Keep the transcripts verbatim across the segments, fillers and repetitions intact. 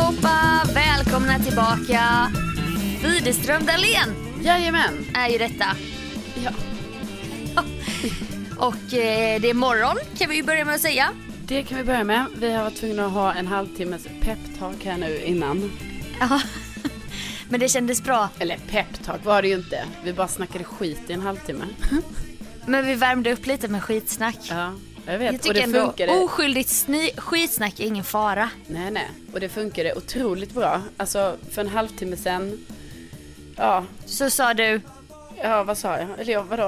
allihopa, välkomna tillbaka. Widerström Dahlén. Jajamän. Är ju detta. Ja. Och eh, det är morgon, kan vi ju börja med att säga. Det kan vi börja med. Vi har varit tvungna att ha en halvtimmes peptalk här nu innan. Ja. Men det kändes bra. Eller peptalk var det ju inte. Vi bara snackade skit i en halvtimme. Men vi värmde upp lite med skitsnack. Ja, jag vet. Jag tycker och det ändå funkade. Oskyldigt sny- skitsnack är ingen fara. Nej, nej. Och det funkade otroligt bra. Alltså för en halvtimme sedan. Ja. Så sa du. Ja, vad sa jag? Eller ja, vadå?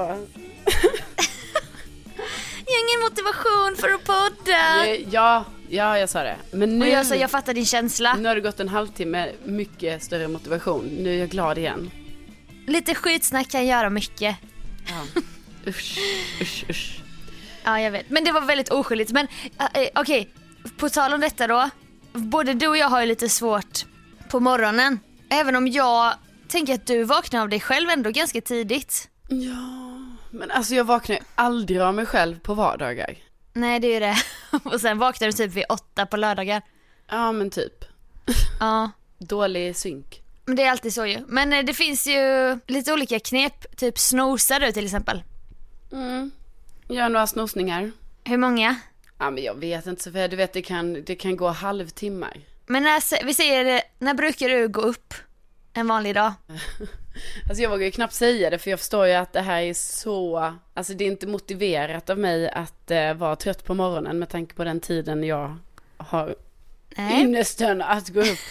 Jag har ingen motivation för att podda. Ja, ja, jag sa det. Men nu, och jag sa, jag fattar din känsla. Nu har det gått en halvtimme, mycket större motivation. Nu är jag glad igen. Lite skitsnack kan göra mycket. Ja. Usch, usch, usch. Ja, jag vet. Men det var väldigt oskyldigt. Men äh, okej, okay. På tal om detta då. Både du och jag har ju lite svårt på morgonen. Även om jag tänker att du vaknar av dig själv ändå ganska tidigt. Ja, men alltså jag vaknar ju aldrig av mig själv på vardagar. Nej, det är ju det. Och sen vaknar du typ vid åtta på lördagar. Ja, men typ. Ja. Dålig synk. Men det är alltid så ju. Men det finns ju lite olika knep. Typ snosar du till exempel. Mm. Gör några snosningar. Hur många? Ja, men jag vet inte så för du vet det kan, det kan gå halvtimmar. Men när, vi säger, när brukar du gå upp en vanlig dag? Alltså jag vågar ju knappt säga det för jag förstår ju att det här är så, alltså det är inte motiverat av mig att uh, vara trött på morgonen med tanke på den tiden jag har ynnesten att gå upp.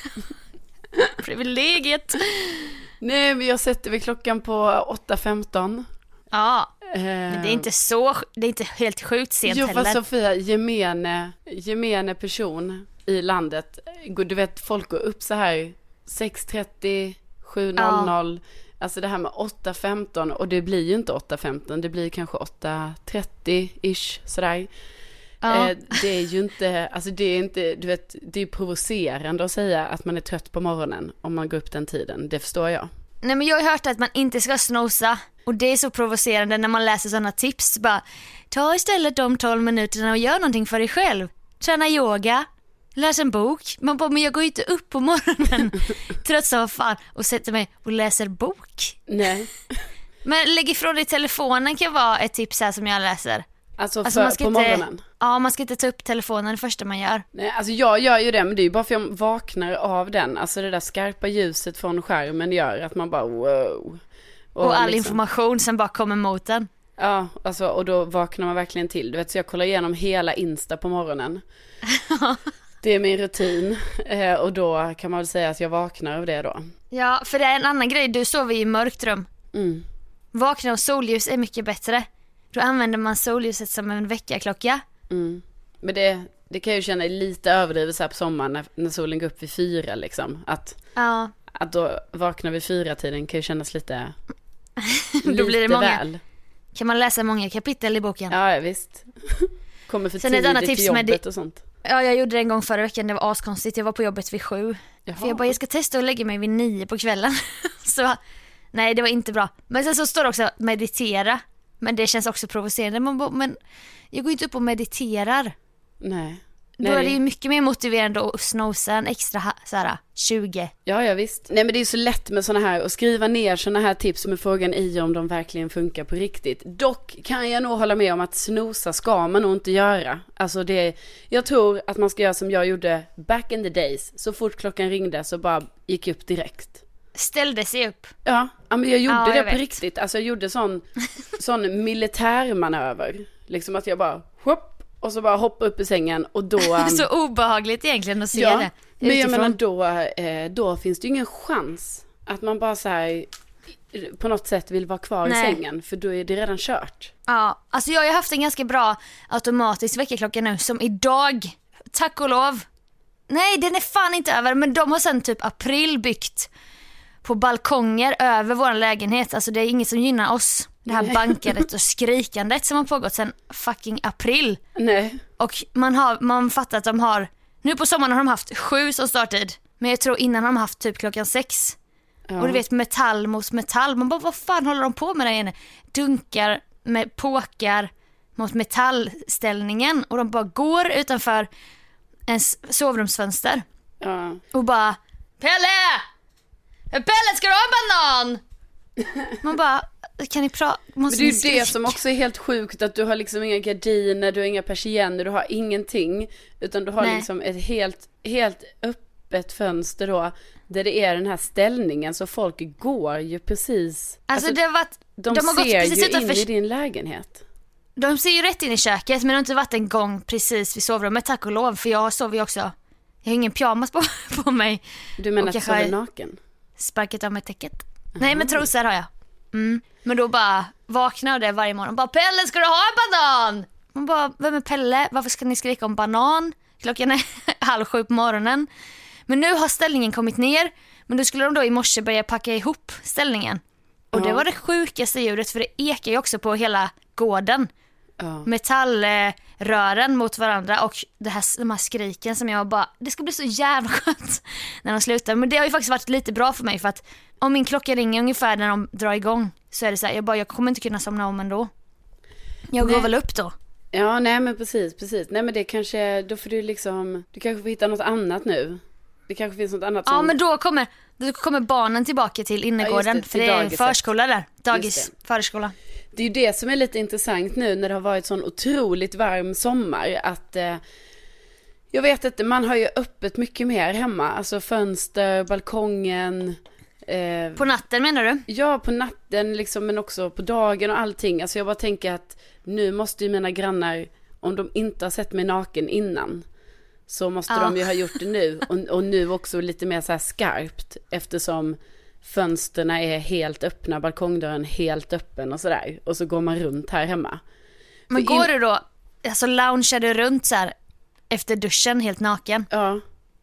Privilegiet. Nej, men jag sätter väl klockan på åtta femton. Ja, uh, men det är inte så, det är inte helt sjukt sent jo, heller. Jo, fast Sofia, gemene, gemene person i landet, du vet folk går upp så här sex trettio, sju noll noll. Ja. Alltså det här med åtta femton, och det blir ju inte åtta femton, det blir kanske åtta trettio-ish sådär. Ja. Eh, det är ju inte, alltså det är inte, du vet, det är provocerande att säga att man är trött på morgonen om man går upp den tiden, det förstår jag. Nej, men jag har hört att man inte ska snosa. Och det är så provocerande när man läser sådana tips. Bara, ta istället de tolv minuterna och gör någonting för dig själv. Träna yoga, läs en bok. Man bara, men jag går inte upp på morgonen trött som fan och sätter mig och läser bok. Nej. Men lägg ifrån dig telefonen kan vara ett tips här som jag läser. Alltså, alltså för, man ska på inte, morgonen? Ja, man ska inte ta upp telefonen det första man gör. Nej, alltså jag gör ju det, men det är ju bara för jag vaknar av den. Alltså det där skarpa ljuset från skärmen gör att man bara wow. Och, och all liksom information som bara kommer mot den. Ja, alltså, och då vaknar man verkligen till. Du vet, så jag kollar igenom hela Insta på morgonen. Det är min rutin. Eh, och då kan man väl säga att jag vaknar av det då. Ja, för det är en annan grej. Du sover i mörkt rum. Mm. Vakna av solljus är mycket bättre. Då använder man solljuset som en väckarklocka. Mm. Men det, det kan jag ju känna lite överdrivet så här på sommaren när, när solen går upp vid fyra liksom. Att, ja. att då vakna vid fyra tiden kan ju kännas lite, då lite blir det många, väl. Kan man läsa många kapitel i boken? Ja, visst. Kommer för Sen ett annat tidigt tips till med jobbet det, och sånt. Ja, jag gjorde det en gång förra veckan. Det var askonstigt. Jag var på jobbet vid sju. Jaha. För jag bara, jag ska testa att lägga mig vid nio på kvällen. Så, nej, det var inte bra. Men sen så står det också meditera. Men det känns också provocerande. Men, men jag går inte upp och mediterar. Nej. Då Nej, är det ju mycket mer motiverande att snosa en extra så här, tjugo. Ja, ja visst. Nej, men det är så lätt med såna här, att skriva ner såna här tips med frågan i om de verkligen funkar på riktigt. Dock kan jag nog hålla med om att snosa ska man nog inte göra. Alltså det, jag tror att man ska göra som jag gjorde back in the days. Så fort klockan ringde så bara gick jag upp direkt. Ställde sig upp. Ja, men jag gjorde ja, det jag på vet. riktigt. Alltså jag gjorde sån, sån militärmanöver. Liksom att jag bara hopp. Och så bara hoppa upp i sängen och då... Um... så obehagligt egentligen att se ja, det. Men jag menar då, eh, då finns det ju ingen chans att man bara så här, på något sätt vill vara kvar Nej. i sängen. För då är det redan kört. Ja, alltså jag har haft en ganska bra automatisk väckarklocka nu. Som idag, tack och lov. Nej, den är fan inte över. Men de har sen typ april byggt på balkonger över vår lägenhet. Alltså det är inget som gynnar oss. Det här bankandet och skrikandet som har pågått sedan fucking april. Nej. Och man har man fattar att de har, nu på sommaren har de haft sju som starttid. Men jag tror innan har de haft typ klockan sex. Ja. Och du vet, metall mot metall. Man bara, vad fan håller de på med där inne? Dunkar med påkar mot metallställningen. Och de bara går utanför en sovrumsfönster. Ja. Och bara, Pelle! Pelle, ska du ha en banan? Man bara, kan ni prata? Men det är ju det som också är helt sjukt, att du har liksom inga gardiner, du har inga persienner, du har ingenting, utan du har Nej. liksom ett helt, helt öppet fönster då, där det är den här ställningen, så folk går ju precis, alltså, alltså det har varit, de, de har ser gått precis ju utanför... in i din lägenhet. De ser ju rätt in i köket, men det har inte varit en gång precis vid sovrummet, tack och lov, för jag sover ju också, jag har ingen pyjamas på, på mig. Du menar att du sover naken? Sparkat av mig täcket. Uh-huh. Nej, men trosor har jag. Mm. Men då bara vaknar jag det varje morgon. Bara, Pelle, ska du ha en banan? Man bara, vem är Pelle? Varför ska ni skrika om banan? Klockan är halv sju på morgonen. Men nu har ställningen kommit ner. Men då skulle de då i morse börja packa ihop ställningen. Och uh-huh. det var det sjukaste ljudet, för det ekar ju också på hela gården. Uh. Metallrören mot varandra och det här, de här skriken som jag bara, det ska bli så jävla skönt när de slutar. Men det har ju faktiskt varit lite bra för mig, för att om min klocka ringer ungefär när de drar igång, så är det så här, jag bara, jag kommer inte kunna somna om ändå. Jag nej. går väl upp då. Ja, nej men precis, precis. Nej men det kanske, då får du liksom, du kanske får hitta något annat nu. Det kanske finns något annat som... Ja, men då kommer, då kommer barnen tillbaka till innergården, ja, det, för det är en förskola där. Dagis, förskola. Det är ju det som är lite intressant nu när det har varit sån otroligt varm sommar, att eh, jag vet inte, man har ju öppet mycket mer hemma, alltså fönster, balkongen. Eh, på natten menar du? Ja, på natten liksom, men också på dagen och allting. Alltså jag bara tänker att nu måste ju mina grannar, om de inte har sett mig naken innan, så måste ja. de ju ha gjort det nu. Och, och nu också lite mer så här skarpt, eftersom fönsterna är helt öppna, balkongdörren helt öppen och sådär. Och så går man runt här hemma. Men För går in... du då, alltså loungear du runt så här efter duschen helt naken? Ja.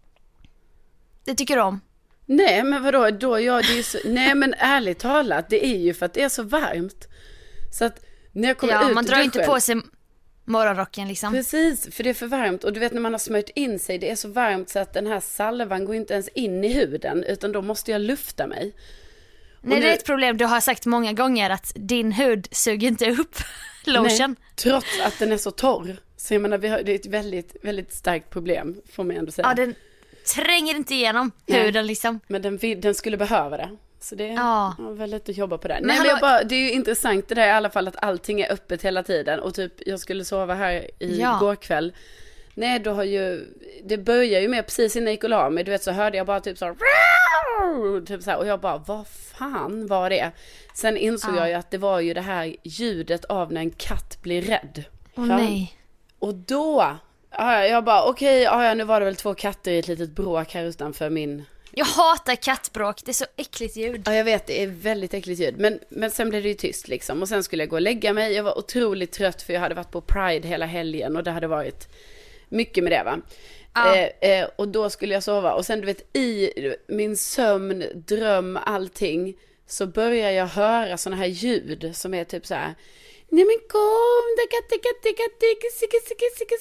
Det tycker du om? Nej, men vadå? Då, ja, det är så... Nej, men ärligt talat, det är ju för att det är så varmt. Så att när jag kommer ja, ut man drar duschen, inte på sig morgonrocken liksom. Precis, för det är för varmt. Och du vet när man har smört in sig, det är så varmt så att den här salvan går inte ens in i huden, utan då måste jag lufta mig. Och Nej, nu... det är ett problem. Du har sagt många gånger att din hud suger inte upp lotion. Nej, trots att den är så torr. Så jag menar, vi har, det är ett väldigt, väldigt starkt problem, får man ändå säga. Ja, den tränger inte igenom Nej. huden liksom. Men den, den skulle behöva det. Så det är ja. Ja, väldigt att jobba på det. Men, men, Nej, men jag bara, det är ju intressant det där i alla fall, att allting är öppet hela tiden. Och typ, jag skulle sova här i ja. går kväll. Nej, då har ju, det börjar ju med precis innan jag gick och la mig. Du vet, så hörde jag bara typ så här, typ så här, och jag bara, vad fan var det? Sen insåg ja. jag ju att det var ju det här ljudet av när en katt blir rädd. Åh ja. nej. Och då, ja, jag bara, okej, okay, ja, nu var det väl två katter i ett litet bråk här utanför min... Jag hatar kattbråk, det är så äckligt ljud. Ja, jag vet, det är väldigt äckligt ljud. Men, men sen blev det ju tyst liksom. Och sen skulle jag gå och lägga mig. Jag var otroligt trött, för jag hade varit på Pride hela helgen. Och det hade varit mycket med det, va? Ja. Eh, eh, och då skulle jag sova. Och sen, du vet, i min sömn, dröm, allting, så börjar jag höra såna här ljud som är typ så här... Nej men kom, da katte katte katte sicka sicka sicka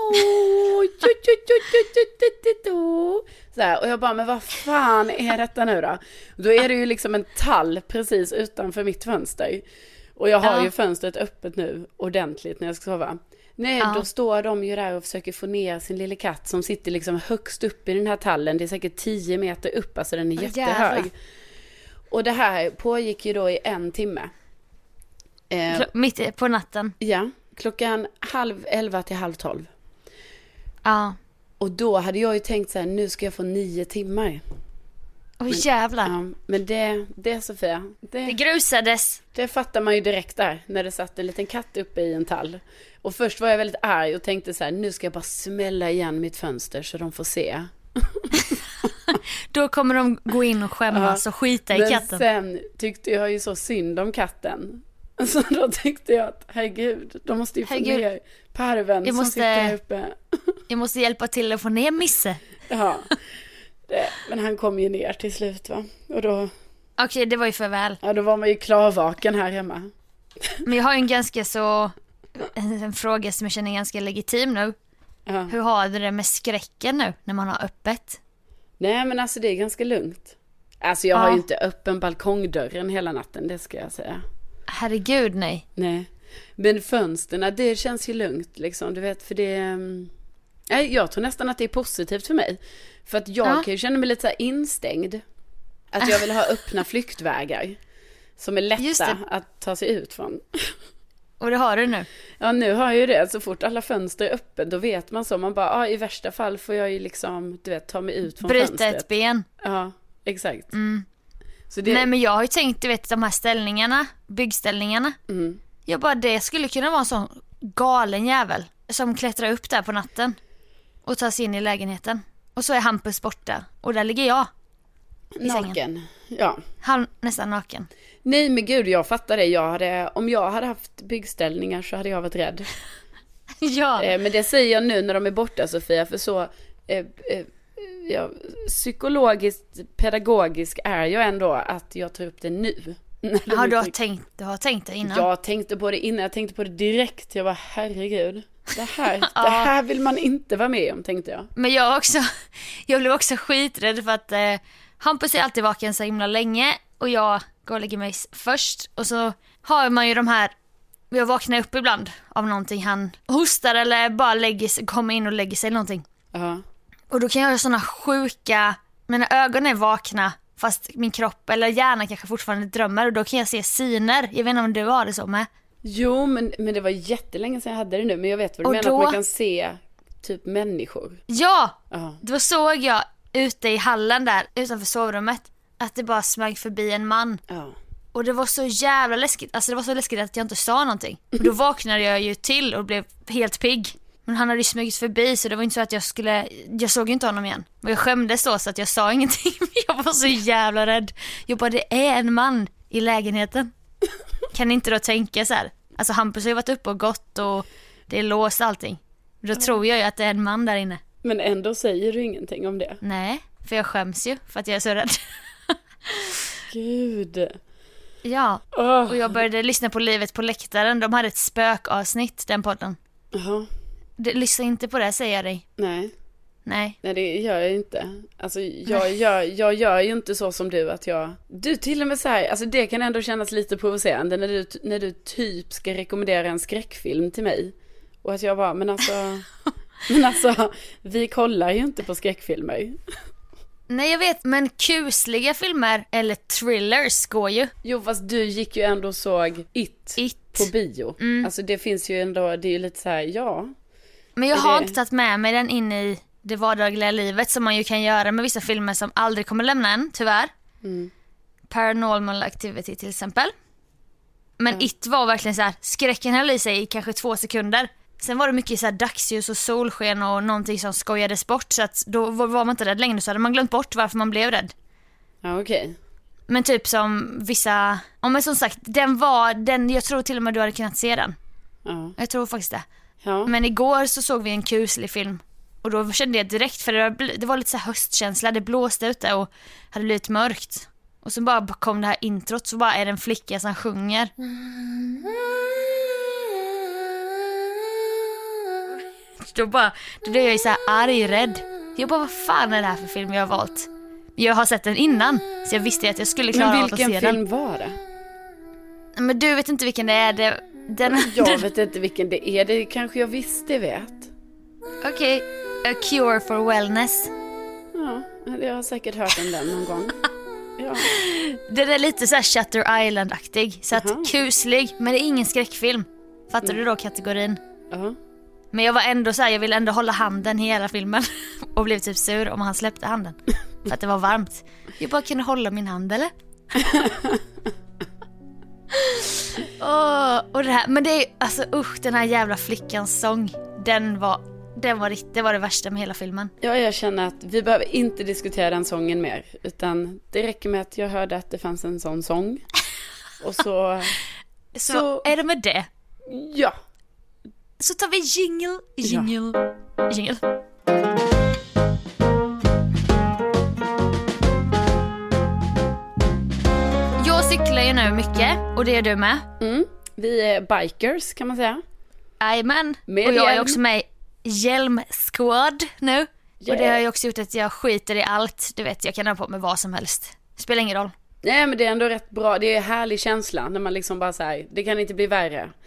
så här, och jag bara, men vad fan är detta nu då? Då är det ju liksom en tall precis utanför mitt fönster. Och jag har ja. ju fönstret öppet nu ordentligt när jag ska sova. Nej, ja. då står de ju där och försöker få ner sin lilla katt som sitter liksom högst upp i den här tallen. Det är säkert tio meter upp, alltså den är oh, jättehög. Jävlar. Och det här pågick ju då i en timme. Eh, Mitt på natten. Ja, klockan halv elva till halv tolv. Ja. Och då hade jag ju tänkt så här, nu ska jag få nio timmar. Åh oh, jävlar. Ja, men det, det Sofia. Det, det grusades. Det fattar man ju direkt där, när det satt en liten katt uppe i en tall. Och först var jag väldigt arg och tänkte så här, nu ska jag bara smälla igen mitt fönster så de får se. Då kommer de gå in och skämmas ja, och skita i men katten. Men sen tyckte jag ju så synd om katten. Så då tänkte jag att, herregud, de måste ju få herregud. ner parven jag som måste, sitter här uppe. Jag måste hjälpa till att få ner Misse. Ja, det, men han kom ju ner till slut, va? Och då... Okej, okay, det var ju för väl. Ja, då var man ju klarvaken här hemma. Men jag har ju en ganska så... En, en fråga som jag känner ganska legitim nu. Ja. Hur har du det med skräcken nu, när man har öppet? Nej, men alltså det är ganska lugnt. Alltså jag ja. har ju inte öppen balkongdörren hela natten, det ska jag säga. Herregud, nej. Nej. Men fönsterna, det känns ju lugnt liksom, du vet, för det... Jag tror nästan att det är positivt för mig. För att jag Ja. kan ju känna mig lite så här instängd. Att jag vill ha öppna flyktvägar. Som är Just lätta det. att ta sig ut från. Och det har du nu. Ja, nu har jag ju det. Så fort alla fönster är öppet, då vet man så. Man bara, ah, i värsta fall får jag ju liksom, du vet, ta mig ut från Bryta fönstret. ett ben. Ja, exakt. Mm. Så det... Nej, men jag har ju tänkt, du vet, de här ställningarna, byggställningarna. Mm. Jag bara, det skulle kunna vara en sån galen jävel som klättrar upp där på natten och tar sig in i lägenheten. Och så är Hampus borta. Och där ligger jag. I sängen. Naken. Ja. Han nästan naken. Nej, men gud, jag fattar det. Jag hade, om jag hade haft byggställningar så hade jag varit rädd. Ja. Eh, men det säger jag nu när de är borta, Sofia, för så eh, eh, ja, psykologiskt, pedagogisk är jag ändå att jag tar upp det nu. Har du har tänkt, du har tänkt det innan? Jag tänkte på det innan, jag tänkte på det direkt. Jag var herregud, det här, Ja. det här vill man inte vara med om, tänkte jag. Men jag också, jag blev också skiträdd för att eh, Hampus är alltid vaken så himla länge och jag går och lägger mig först. Och så har man ju de här, jag vaknar upp ibland av någonting, han hostar eller bara lägger sig, kommer in och lägger sig eller någonting. Ja. Och då kan jag göra såna sjuka, mina ögon är vakna fast min kropp eller hjärnan kanske fortfarande drömmer och då kan jag se syner. Jag vet inte om du har det så med. Jo, men, men det var jättelänge sedan jag hade det nu. Men jag vet vad du Och menar, då- att man kan se typ människor. Ja, Ja. då såg jag ute i hallen där utanför sovrummet att det bara smög förbi en man. Ja. Och det var så jävla läskigt. Alltså det var så läskigt att jag inte sa någonting. Och då vaknade jag ju till och blev helt pigg. Men han hade ju smugit förbi så det var inte så att jag skulle... Jag såg ju inte honom igen. Och jag skämdes då så att jag sa ingenting. Jag var så jävla rädd. Jag bara, det är en man i lägenheten. Kan ni inte då tänka så här? Alltså Hampus har ju varit uppe och gått och det är låst allting. Då tror jag ju att det är en man där inne. Men ändå säger du ingenting om det. Nej, för jag skäms ju för att jag är så rädd. Gud. Ja, Åh. och jag började lyssna på Livet på läktaren. De hade ett spökavsnitt, den podden. Jaha. Du, lyssna inte på det, säger jag dig. Nej. Nej. Nej, det gör jag inte. Alltså, jag gör, jag gör ju inte så som du att jag... Du till och med så här, alltså det kan ändå kännas lite provocerande när du, när du typ ska rekommendera en skräckfilm till mig. Och att jag bara, men alltså... men alltså, vi kollar ju inte på skräckfilmer. Nej, jag vet, men kusliga filmer eller thrillers går ju. Jo, fast du gick ju ändå och såg It, It. på bio. Mm. Alltså det finns ju ändå, det är ju lite så här, ja... Men jag Är har det- inte tagit med mig den in i det vardagliga livet som man ju kan göra med vissa filmer som aldrig kommer lämna en, tyvärr. Mm. Paranormal Activity till exempel. Men Ja. It var verkligen så här, skräcken höll i sig i kanske två sekunder. Sen var det mycket så här dagsljus och solsken och någonting som skojades bort. Så att då var var man inte rädd längre, så hade man glömt bort varför man blev rädd. Ja, okej. Men typ som vissa... Ja, men som sagt, den var... Den, jag tror till och med du hade kunnat se den. Ja. Jag tror faktiskt det. Ja. Men igår så såg vi en kuslig film. Och då kände jag direkt, för det var, det var lite så här höstkänsla. Det blåste ute och hade blivit mörkt. Och så bara kom det här introt, så bara är det en flicka som sjunger. Då bara, då blev jag ju så här arg, rädd. Jag bara, vad fan är det här för film jag har valt? Jag har sett den innan, så jag visste att jag skulle klara Men av att vilken se film den. var det? Men du vet inte vilken det är. Det, den, Jag vet inte vilken det är. Det kanske jag visste vet. Okej, A Cure for Wellness. Ja, jag har säkert hört om den någon gång. Ja. Den är lite så här Shutter Island-aktig. Så att Aha. kuslig, men det är ingen skräckfilm. Fattar du då kategorin? Ja. Men jag var ändå så här, jag ville ändå hålla handen hela filmen. Och blev typ sur om han släppte handen. För att det var varmt. Jag bara kunde hålla min hand, eller? Åh, och det här, men det är alltså usch, den här jävla flickans sång. Den var, den var, rikt- det var det värsta med hela filmen. Ja, jag känner att vi behöver inte diskutera den sången mer. Utan det räcker med att jag hörde att det fanns en sån sång. Och så... Så, Så- är det med det. Ja. Så tar vi jingle, jingle, jingle. Jag cyklar ju nu mycket, och det är du med. Mm. Vi är bikers kan man säga. Jajamän. Med Och jag är hjälm. också med i Hjälm Squad nu. Yeah. Och det har ju också gjort att jag skiter i allt. Du vet, jag kan ha på mig vad som helst. Spelar ingen roll. Nej, men det är ändå rätt bra. Det är en härlig känsla när man liksom bara säger, det kan inte bli värre.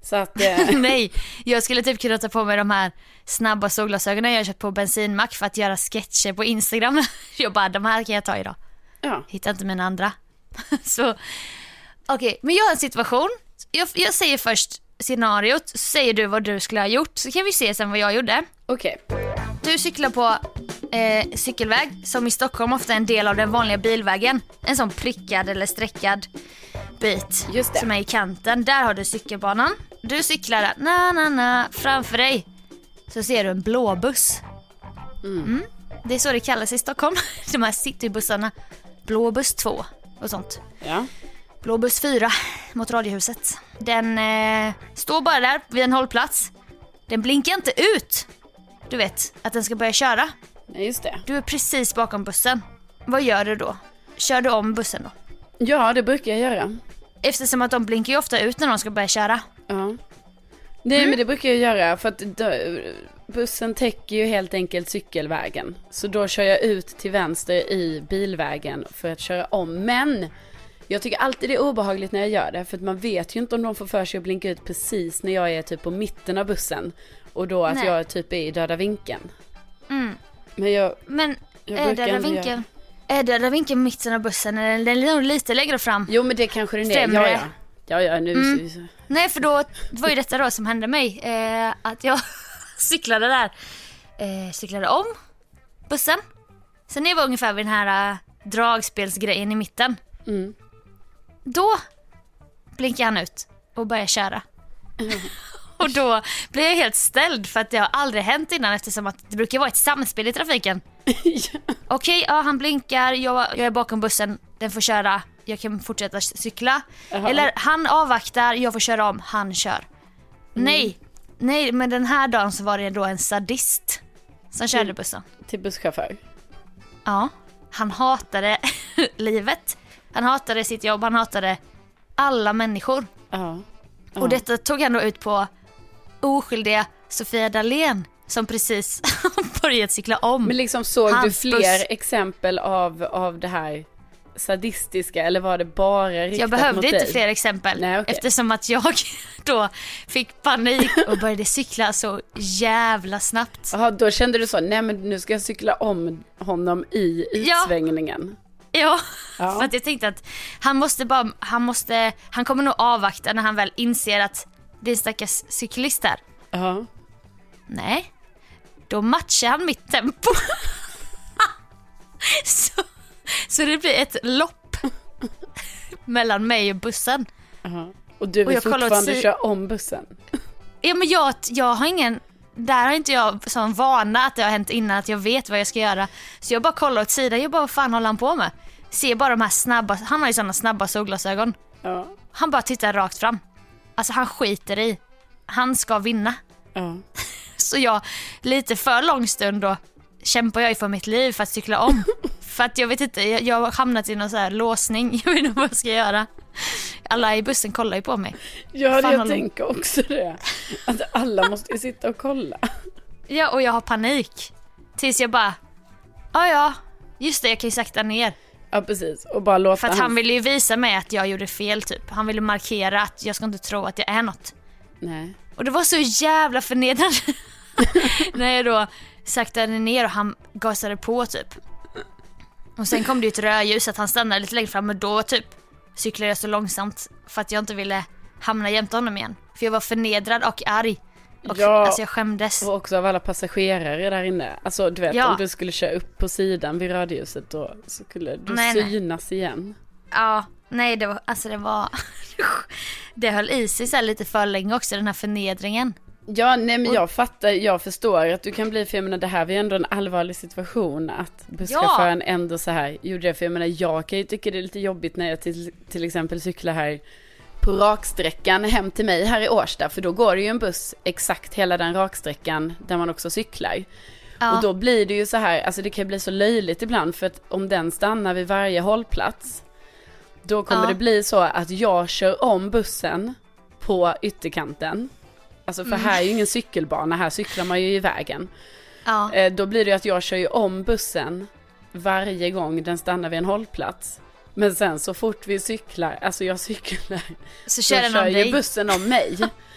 Så att, eh... Nej, jag skulle typ kunna ta på mig de här snabba solglasögonen jag köpt på bensinmack för att göra sketcher på Instagram. Jag bara, de här kan jag ta idag. Ja. Hittar inte mina andra. Så, okej, okay, men jag har en situation. Jag, jag säger först scenariot, så säger du vad du skulle ha gjort. Så kan vi se sen vad jag gjorde. Okej. Okay. Du cyklar på eh, cykelväg som i Stockholm ofta är en del av den vanliga bilvägen. En sån prickad eller streckad bit som är i kanten. Där har du cykelbanan. Du cyklar där, na na na, framför dig så ser du en blåbuss. Mm. Mm. Det är så det kallas i Stockholm. De här citybussarna. Blåbuss två och sånt. Ja. Blåbuss fyra mot Radiohuset. Den eh, står bara där vid en hållplats. Den blinkar inte ut. Du vet, att den ska börja köra. Nej, just det. Du är precis bakom bussen. Vad gör du då? Kör du om bussen då? Ja, det brukar jag göra. Eftersom att de blinkar ju ofta ut när de ska börja köra. Ja. Nej, mm. men det brukar jag göra för att då, bussen täcker ju helt enkelt cykelvägen. Så då kör jag ut till vänster i bilvägen för att köra om. Men jag tycker alltid det är obehagligt när jag gör det. För att man vet ju inte om de får för sig att blinka ut precis när jag är typ på mitten av bussen. Och då att Nej. jag typ är i döda vinkeln. Mm. Men jag, men jag är döda vinkeln? Är döda vinkeln mitten av bussen? Eller den är lite längre fram? Jo, men det kanske den är. Ja, ja. Ja, ja, nu mm. så... Nej, för då det var ju detta då som hände mig. Eh, att jag cyklade där. Eh, cyklade om bussen. Sen när jag var ungefär vid den här äh, dragspelsgrejen i mitten. Mm. Då blinkade han ut och började köra. Mm. Och då blev jag helt ställd för att det har aldrig hänt innan eftersom att det brukar vara ett samspel i trafiken. Ja. Okej, okay, ja, han blinkar, jag, jag är bakom bussen, den får köra, jag kan fortsätta cykla. Uh-huh. Eller han avvaktar, jag får köra om, han kör. Mm. Nej, nej, men den här dagen så var det då en sadist som körde till, bussen. Till busschaufför? Ja, han hatade livet. Han hatade sitt jobb, han hatade alla människor. Uh-huh. Uh-huh. Och detta tog han då ut på oskyldiga Sofia Dalén som precis börjat cykla om. Men liksom såg Hans du fler buss. exempel av, av det här sadistiska eller var det bara riktat Jag behövde mot inte dig? fler exempel. Nej, okay. Eftersom att jag då fick panik och började cykla så jävla snabbt. Jaha, då kände du så, nej men nu ska jag cykla om honom i utsvängningen. Ja, ja. Ja. För att jag tänkte att han måste bara, han måste, han kommer nog avvakta när han väl inser att det är en stackars cyklist där. Ja. Nej, då matchar han mitt tempo. så, så det blir ett lopp mellan mig och bussen. Uh-huh. Och du vill och fortfarande si- köra om bussen? Ja, men jag, jag har ingen... Där har inte jag sån vana att det har hänt innan att jag vet vad jag ska göra. Så jag bara kollar åt sidan. Jag bara, vad fan håller han på med? Ser bara de här snabba... Han har ju såna snabba solglasögon. Uh. Han bara tittar rakt fram. Alltså han skiter i. Han ska vinna. Uh. Så jag, lite för lång stund då, kämpar jag för mitt liv för att cykla om. För att jag vet inte, jag, jag har hamnat i någon så här låsning. Jag vet inte vad jag ska göra. Alla i bussen kollar ju på mig. Ja, jag håller... tänker också det. Att alla måste ju sitta och kolla. Ja, och jag har panik. Tills jag bara, ja ja, just det, jag kan ju sakta ner. Ja, precis. Och bara låta för att han... han ville ju visa mig att jag gjorde fel typ. Han ville markera att jag ska inte tro att jag är något. Nej. Och det var så jävla förnedrande. När jag då saktade ner och han gasade på typ. Och sen kom det ju ett rödljus att han stannade lite längre fram. Och då typ cyklade jag så långsamt för att jag inte ville hamna jämte honom igen. För jag var förnedrad och arg. Och ja, alltså jag skämdes. Och också av alla passagerare där inne. Alltså du vet, ja. om du skulle köra upp på sidan vid rödljuset då skulle du nej, synas nej. igen. Ja, nej det var, alltså det var det höll i sig så här lite för länge också, den här förnedringen. Ja, nej men jag fattar, jag förstår att du kan bli, för jag menar det här var ju ändå en allvarlig situation att busschauffören ja. ändå så här gjorde det, för jag menar jag kan ju tycka det är lite jobbigt när jag till, till exempel cyklar här på raksträckan hem till mig här i Årsta, för då går det ju en buss exakt hela den raksträckan där man också cyklar. Ja. Och då blir det ju så här, alltså det kan bli så löjligt ibland, för att om den stannar vid varje hållplats då kommer ja. det bli så att jag kör om bussen på ytterkanten. Alltså för mm. här är ju ingen cykelbana, här cyklar man ju i vägen. Ja. Eh, då blir det ju att jag kör ju om bussen varje gång den stannar vid en hållplats. Men sen så fort vi cyklar, alltså jag cyklar, så kör, så kör ju bussen om mig.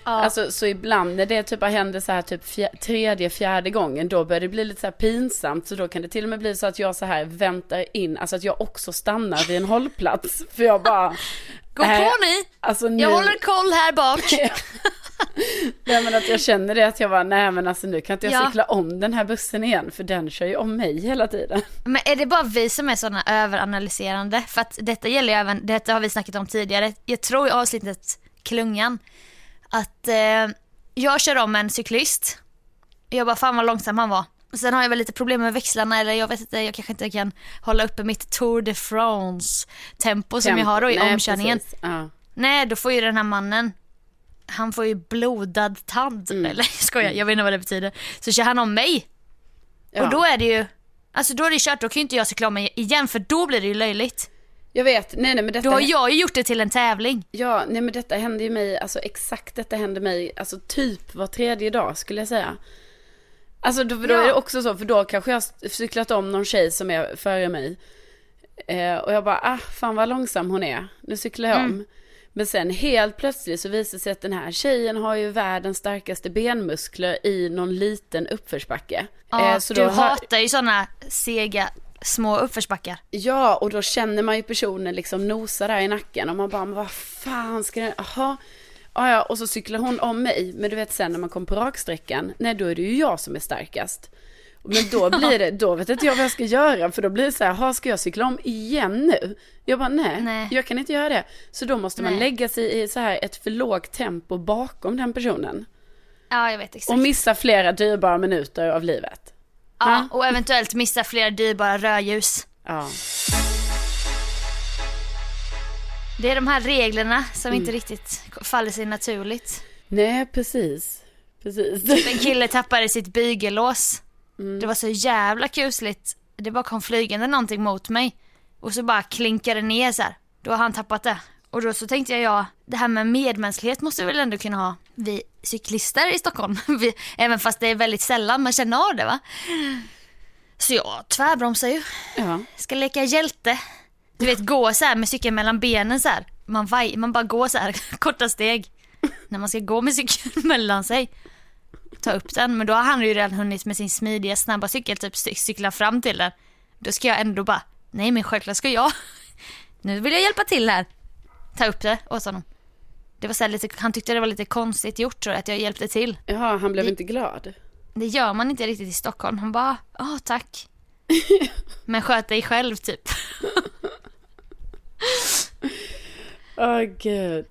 Ja. Alltså så ibland när det typ händer så här typ fjär, tredje, fjärde gången, då börjar det bli lite så här pinsamt, så då kan det till och med bli så att jag så här väntar in, alltså att jag också stannar vid en hållplats, för jag bara gå äh, på ni, alltså, nu... jag håller koll här bak. Nej, men att jag känner det, att jag var nej men alltså nu kan inte jag ja. cykla om den här bussen igen, för den kör ju om mig hela tiden. Men är det bara vi som är sådana överanalyserande? För att detta gäller ju även, detta har vi snackat om tidigare, jag tror i avsnittet Klungan, att eh, jag kör om en cyklist. Jag bara, fan vad långsam han var. Sen har jag väl lite problem med växlarna, eller jag vet inte, jag kanske inte kan hålla uppe mitt Tour de France tempo som Temp- jag har då i nej, omkörningen. Uh. Nej, då får ju den här mannen, han får ju blodad tand, mm. eller skojar, jag vet inte vad det betyder. Så kör han om mig. Ja. Och då är det ju, alltså då är det kört, då kan ju inte jag cykla om mig igen, för då blir det ju löjligt. Jag vet, nej nej men detta... Då har jag ju gjort det till en tävling. Ja, nej men detta händer ju mig, alltså exakt detta händer mig, alltså typ var tredje dag skulle jag säga. Alltså då, då ja. är det också så, för då kanske jag har cyklat om någon tjej som är före mig. Eh, och jag bara, ah fan vad långsam hon är, nu cyklar jag mm. om. Men sen helt plötsligt så visar det sig att den här tjejen har ju världens starkaste benmuskler i någon liten uppförsbacke. Ja, eh, så du då hatar har... ju sådana sega små uppförsbackar. Ja, och då känner man ju personen liksom nosa där i nacken. Och man bara, men vad fan ska det... Jaha. Ja, ja, och så cyklar hon om mig. Men du vet sen när man kommer på raksträckan, nej då är det ju jag som är starkast. Men då blir det, då vet inte jag vad jag ska göra. För då blir det så här, ha, ska jag cykla om igen nu? Jag bara, nej, nej. jag kan inte göra det. Så då måste nej. man lägga sig i så här ett för lågt tempo bakom den personen. Ja, jag vet exakt. Och missa flera dyrbara minuter av livet. Ja, ha? Och eventuellt missa flera dyrbara rödljus. Ja. Det är de här reglerna som mm. inte riktigt faller sig naturligt. Nej, precis. Precis. En kille tappade sitt bygellås. Mm. Det var så jävla kusligt. Det bara kom flygande någonting mot mig. Och så bara klinkade ner så här. Då har han tappat det. Och då så tänkte jag, ja, det här med medmänsklighet måste vi väl ändå kunna ha. Vi cyklister i Stockholm. Vi, även fast det är väldigt sällan man känner av det, va? Så jag tvärbromsar ju. Ja. Ska leka hjälte. Du vet, gå så här med cykeln mellan benen så här. Man, vaj, man bara går så här korta steg. När man ska gå med cykeln mellan sig. Ta upp den. Men då har han ju redan hunnit med sin smidiga, snabba cykel typ cykla fram till den. Då ska jag ändå bara, nej men självklart ska jag. Nu vill jag hjälpa till här. Ta upp det åt honom. Det var så här lite, han tyckte det var lite konstigt gjort, tror jag, att jag hjälpte till. Jaha, han blev det, inte glad. Det gör man inte riktigt i Stockholm. Han bara, åh tack. Men sköt dig själv typ. Åh oh, gud.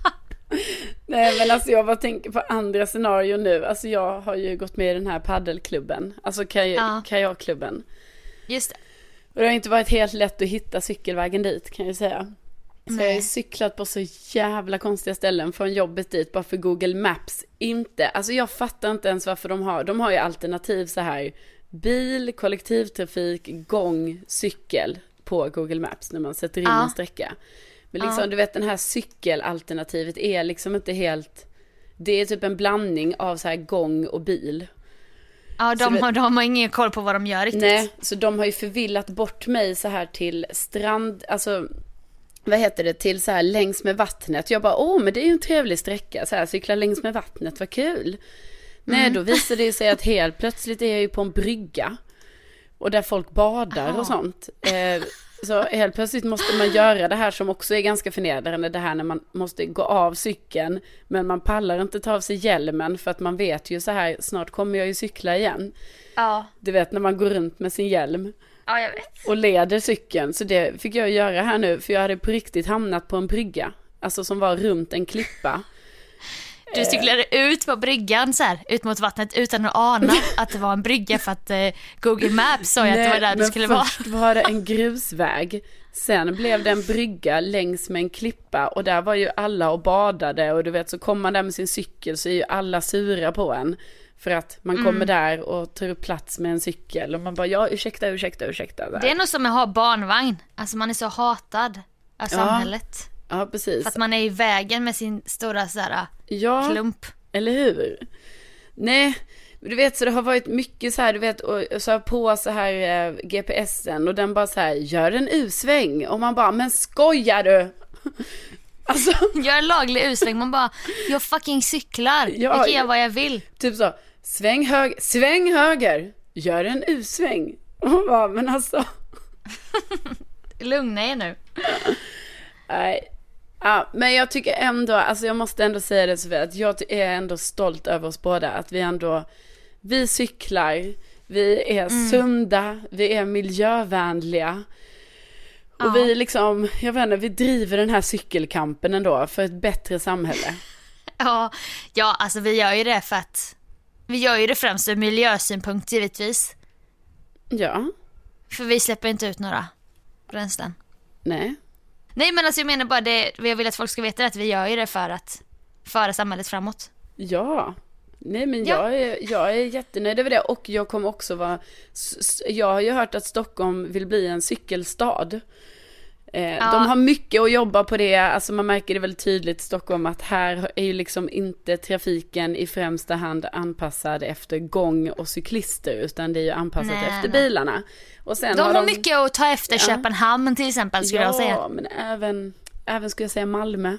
Nej men alltså jag bara tänker på andra scenarier nu. Alltså jag har ju gått med i den här paddelklubben. Alltså kaj- ja. kajakklubben. Just det. Och det har inte varit helt lätt att hitta cykelvägen dit, kan jag säga. Så Nej. jag har cyklat på så jävla konstiga ställen från jobbet dit bara för Google Maps inte. Alltså jag fattar inte ens varför de har. De har ju alternativ så här: bil, kollektivtrafik, gång, cykel på Google Maps när man sätter in ja. en sträcka. Men liksom ja. du vet, den här cykelalternativet är liksom inte helt, det är typ en blandning av så här gång och bil. Ja, de, har, de har ingen koll på vad de gör riktigt. Nej, så de har ju förvillat bort mig så här till strand, alltså vad heter det, till så här längs med vattnet. Jag bara, åh men det är ju en trevlig sträcka, så här cykla längs med vattnet, vad kul. Mm. Nej, då visade det sig att helt plötsligt är jag ju på en brygga. Och där folk badar Aha. och sånt. Eh, så helt plötsligt måste man göra det här som också är ganska förnedrande. Det här när man måste gå av cykeln. Men man pallar inte ta av sig hjälmen. För att man vet ju så här, snart kommer jag ju cykla igen. Ja. Du vet när man går runt med sin hjälm. Ja, jag vet. Och leder cykeln. Så det fick jag göra här nu. För jag hade på riktigt hamnat på en brygga. Alltså som var runt en klippa. Du cyklade ut på bryggan så här, ut mot vattnet utan att ana att det var en brygga för att eh, Google Maps sa ju att det var där du skulle vara. Först var det en grusväg. Sen blev det en brygga längs med en klippa och där var ju alla och badade och du vet så kommer man där med sin cykel så är ju alla sura på en för att man kommer mm. där och tar upp plats med en cykel och man bara ja ursäkta, ursäkta, ursäkta. Där. Det är nog som att ha barnvagn. Alltså man är så hatad av samhället. Ja. Ja, precis. För att man är i vägen med sin stora så här, ja, klump. Eller hur? Nej, du vet så det har varit mycket så här, du vet, och, och så har på så här eh, G P S'en och den bara så här, gör en U-sväng. Och man bara, men skojar du? Alltså, Gör en laglig U-sväng. Man bara, jag fucking cyklar. Ja, jag kan göra vad jag vill. typ så, sväng, hög, sväng höger, gör en U-sväng. Och man bara, men alltså. Lugna er nu. Nej. Ja, men jag tycker ändå, alltså jag måste ändå säga det, Sofia, att jag är ändå stolt över oss båda. Att vi ändå, vi cyklar, vi är mm. sunda, vi är miljövänliga. Och ja. vi liksom, jag vet inte, vi driver den här cykelkampen ändå för ett bättre samhälle. Ja, ja, alltså vi gör ju det för att, vi gör ju det främst ur miljösynpunkt givetvis. Ja. För vi släpper inte ut några bränslen. Nej. Nej, men alltså jag menar bara det, jag vill att folk ska veta att vi gör ju det för att föra samhället framåt. Ja. Nej, men ja. jag, är, jag är jättenöjd över det. Och jag kommer också vara, jag har ju hört att Stockholm vill bli en cykelstad. Eh, ja. De har mycket att jobba på det. Alltså man märker det väldigt tydligt i Stockholm att här är ju liksom inte trafiken i främsta hand anpassad efter gång- och cyklister, utan det är ju anpassat nej, efter nej. bilarna. Och sen de har, har de... mycket att ta efter ja. Köpenhamn till exempel, skulle ja, jag säga. Ja, men även, även skulle jag säga Malmö.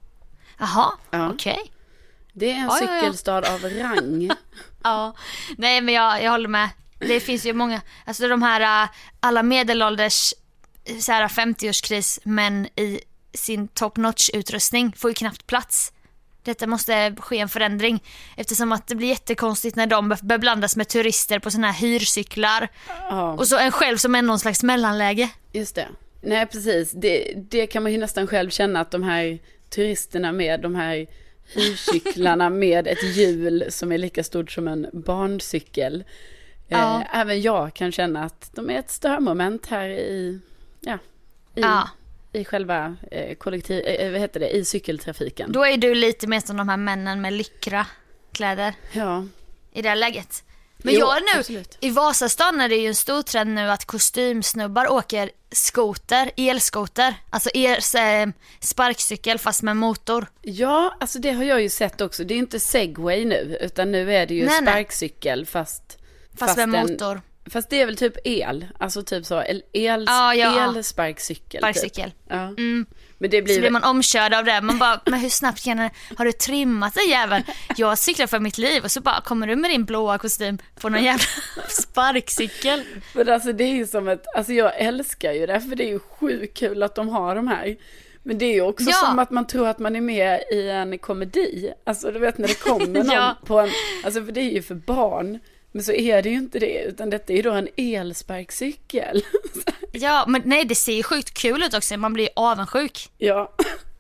Jaha, ja. okej. Okay. Det är en ja, cykelstad ja, ja. av rang. Ja, nej men jag, jag håller med. Det finns ju många, alltså de här alla medelålders så här femtio-årskris men i sin top-notch-utrustning får ju knappt plats. Detta måste ske en förändring eftersom att det blir jättekonstigt när de beblandas med turister på såna här hyrcyklar ja. och så en själv som är någon slags mellanläge. Just det. Nej, precis. Det, det kan man ju nästan själv känna att de här turisterna med de här hyrcyklarna med ett hjul som är lika stort som en barncykel. Ja. Eh, även jag kan känna att de är ett störmoment här i ja, i, ja. i själva eh, kollektiv eh, vad heter det, i cykeltrafiken. Då är du lite mer som de här männen med lyckra kläder. Ja. I det här läget. Men jo, jag är nu absolut. I Vasastan är det ju en stor trend nu att kostymsnubbar åker skoter, elskoter, alltså er, eh, sparkcykel fast med motor. Ja, alltså det har jag ju sett också. Det är inte segway nu, utan nu är det ju nej, sparkcykel nej. fast fast, fast med en, motor. Fast det är väl typ el, alltså typ så el, el, ah, ja. elsparkcykel. Sparkcykel. Typ. Ja. Mm. Men det blir så blir man omkörd av det. Man bara, men hur snabbt kan det, har du trimmat dig jävel? Jag cyklar för mitt liv och så bara kommer du med din blåa kostym på någon jävla sparkcykel. Men alltså det är ju som ett, alltså jag älskar ju det, för det är ju sjukt kul att de har de här. Men det är ju också ja. som att man tror att man är med i en komedi. Alltså du vet när det kommer någon ja. på en, alltså för det är ju för barn. Men så är det ju inte det, utan detta är ju då en elsparkcykel. Ja, men nej, det ser ju sjukt kul ut också. Man blir ju avundsjuk. Ja.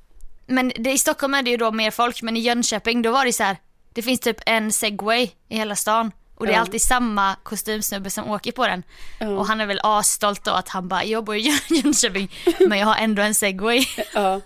Men det, i Stockholm är det ju då mer folk, men i Jönköping då var det så här, det finns typ en segway i hela stan. Och det är ja. alltid samma kostymsnubbe som åker på den. Ja. Och han är väl asstolt då att han bara, jag bor i Jönköping, men jag har ändå en segway. Ja.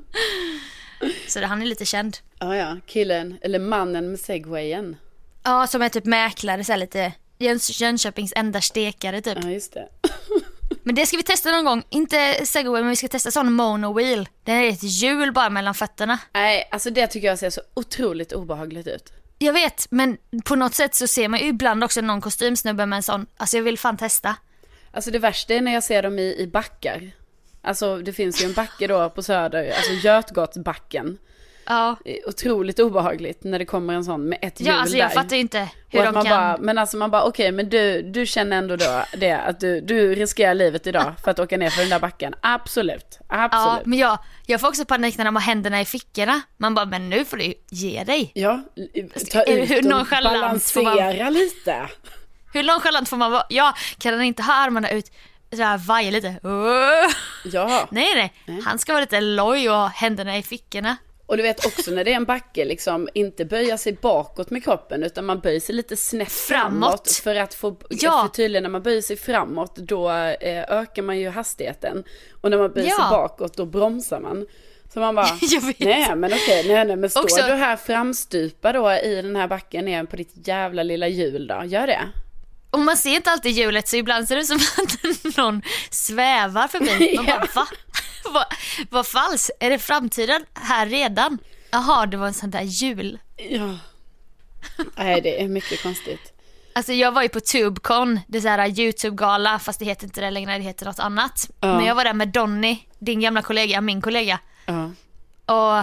Så det, han är lite känd. Ja, ja, killen, eller mannen med segwayen. Ja, som är typ mäklare, så här lite Jöns- Jönköpings enda stekare typ. Ja, just det. Men det ska vi testa någon gång. Inte segway, men vi ska testa sån monowheel. Det är ett hjul bara mellan fötterna. Nej, alltså det tycker jag ser så otroligt obehagligt ut. Jag vet, men på något sätt så ser man ju ibland också någon kostymsnubbe med en sån. Alltså jag vill fan testa. Alltså det värsta är när jag ser dem i, i backar. Alltså det finns ju en backe då på Söder, alltså Götgatsbacken. Ja. Otroligt obehagligt när det kommer en sån med ett hjul där. Ja, alltså jag där. fattar ju inte hur och de man kan. Bara, men alltså man bara, okej, okay, men du, du känner ändå då det att du, du riskerar livet idag för att åka ner för den där backen. Absolut, absolut. Ja, men jag, jag får också panik när de har händerna i fickorna. Man bara, men nu får du ge dig. Ja, ta ut hur och balansera man, lite. Hur nonchalant får man vara? Ja, kan han inte ha armarna ut så här vaja lite? Uh. Ja. Nej, nej, nej. Han ska vara lite loj och ha händerna i fickorna. Och du vet också när det är en backe liksom inte böja sig bakåt med kroppen utan man böjer sig lite snett framåt, framåt för att få ja. för tydligen när man böjer sig framåt då eh, ökar man ju hastigheten och när man böjer ja. sig bakåt då bromsar man. Så man bara, nej men okej, nej, nej men står också, du här framstupa då i den här backen ner på ditt jävla lilla hjul då, gör det. Och man ser inte alltid hjulet så ibland ser det som att någon svävar förbi. Man bara, ja. va? Vad, vad falskt? Är det framtiden här redan? Jaha, det var en sån där hjul. Ja. Nej, det är mycket konstigt. Alltså jag var ju på TubeCon, det är så här YouTube-gala, fast det heter inte det längre, det heter något annat. Ja. Men jag var där med Donny, din gamla kollega, min kollega. Ja. Och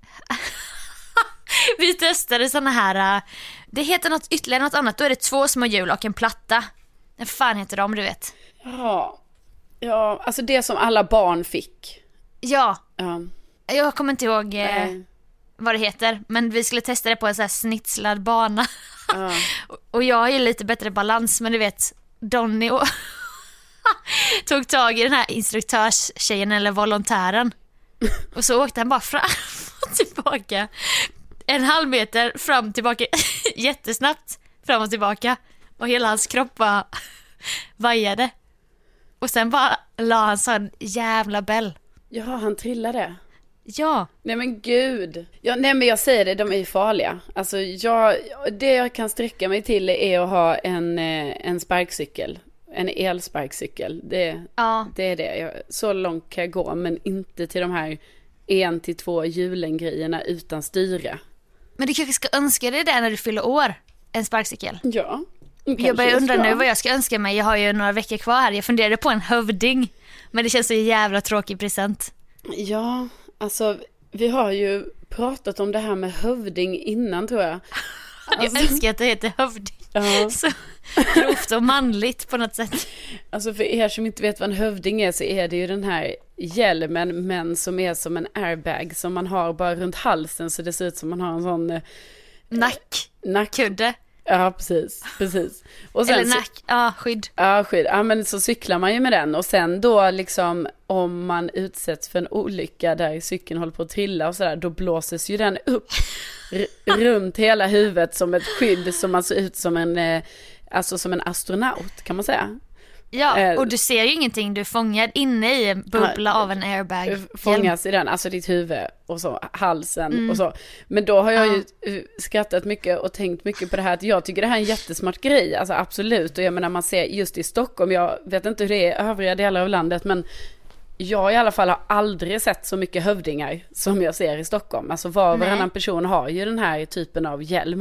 vi testade såna här, det heter något ytterligare något annat. Då är det två små hjul och en platta. Vad fan heter de, du vet? Ja, ja, alltså det som alla barn fick. Ja, Ja. jag kommer inte ihåg eh, Nej. vad det heter. Men vi skulle testa det på en sån här snitslad bana. Ja. Och jag har ju lite bättre balans, men du vet, Donny och tog tag i den här instruktörstjejen eller volontären. Och så åkte han bara fram och tillbaka. En halv meter fram och tillbaka. Jättesnabbt fram och tillbaka. Och hela hans kropp bara vajade. Och sen bara la han sån jävla bell. Ja, han trillade. Ja. Nej men gud. Ja, nej men jag säger det, de är ju farliga. Alltså jag, det jag kan sträcka mig till är att ha en, en sparkcykel. En elsparkcykel. Det, Ja. det är det. Jag, så långt kan jag gå, men inte till de här en till två hjulen-grejerna utan styre. Men du kanske ska önska dig det när du fyller år. En sparkcykel. Ja. Jag börjar undra ska. nu vad jag ska önska mig. Jag har ju några veckor kvar här. Jag funderade på en hövding. Men det känns så jävla tråkig present. Ja, alltså vi har ju pratat om det här med hövding innan, tror jag. Alltså, Jag älskar att det heter hövding. ja. Så grovt och manligt på något sätt. Alltså för er som inte vet vad en hövding är, så är det ju den här hjälmen, men som är som en airbag som man har bara runt halsen, så det ser ut som man har en sån eh, Nack, nack. kudde. Ja, precis, precis. Och sen Eller så- nack, ja, skydd. Ja, skydd. Ja, men så cyklar man ju med den. Och sen då liksom, om man utsätts för en olycka där cykeln håller på att trilla och sådär, då blåses ju den upp r- runt hela huvudet som ett skydd, som man ser ut som en, eh, alltså som en astronaut, kan man säga. Ja, Eh, och du ser ju ingenting. Du är fångad inne i en bubbla Ja, av en airbag. Fångas i den, alltså ditt huvud och så, halsen Mm. och så. Men då har jag Ja. ju eh, skrattat mycket och tänkt mycket på det här, att jag tycker det här är en jättesmart grej, alltså absolut. Och jag menar, man ser just i Stockholm, jag vet inte hur det är i övriga delar av landet, men jag i alla fall har aldrig sett så mycket hövdingar som jag ser i Stockholm. Alltså var och Nej. varannan person har ju den här typen av hjälm.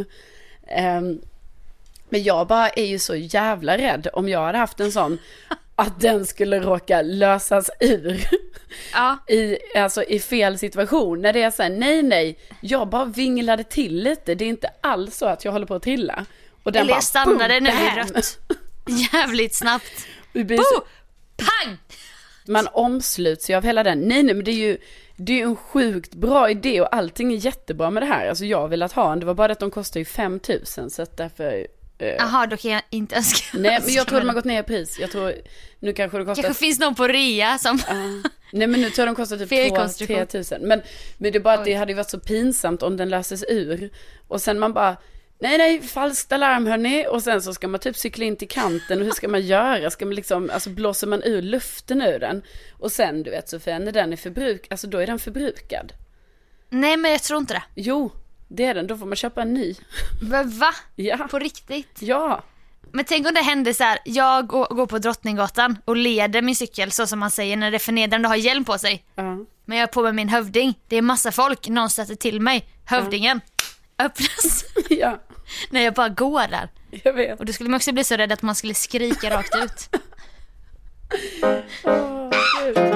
Ehm, men jag bara är ju så jävla rädd om jag hade haft en sån, att den skulle råka lösas ur Ja. i, alltså, i fel situation. När det är så här, nej nej, jag bara vinglade till lite. Det är inte alls så att jag håller på att trilla. Och den Eller bara, jag stannade boom, nu vid bam. rött. Jävligt snabbt. Vi blir så- Bo! Pang! Man omsluts ju av hela den. Nej nej, men det är ju det är ju en sjukt bra idé, och allting är jättebra med det här. Alltså jag har velat ha en, det var bara att de kostar ju fem tusen, så att därför eh, Jaha, då kan jag inte önska. nej, men jag tror de har gått ner i pris. Jag tror, nu kanske det kostar Kanske finns någon på rea som... Ja. Nej, men nu tror jag de kostar typ två till Felkonstruktion. tre tusen. Men, men det är bara att Oj. det hade ju varit så pinsamt om den löses ur. Och sen man bara, nej nej, falskt alarm hörni. Och sen så ska man typ cykla in till kanten. Och hur ska man göra? Ska man liksom, alltså blåser man ur luften ur den? Och sen du vet Sofia, när den är förbrukad, alltså då är den förbrukad. Nej, men jag tror inte det. Jo, det är den. Då får man köpa en ny. Men va? Ja, På riktigt? ja. Men tänk om det hände så här, jag går, går på Drottninggatan och leder min cykel, så som man säger när det är förnedrande att ha hjälm på sig. Ja. Men jag är på med min hövding. Det är massa folk, någon stöter till mig. Hövdingen öppnas Ja, när jag bara går där. jag vet. Och då skulle man också bli så rädd att man skulle skrika rakt ut. Åh, Gud.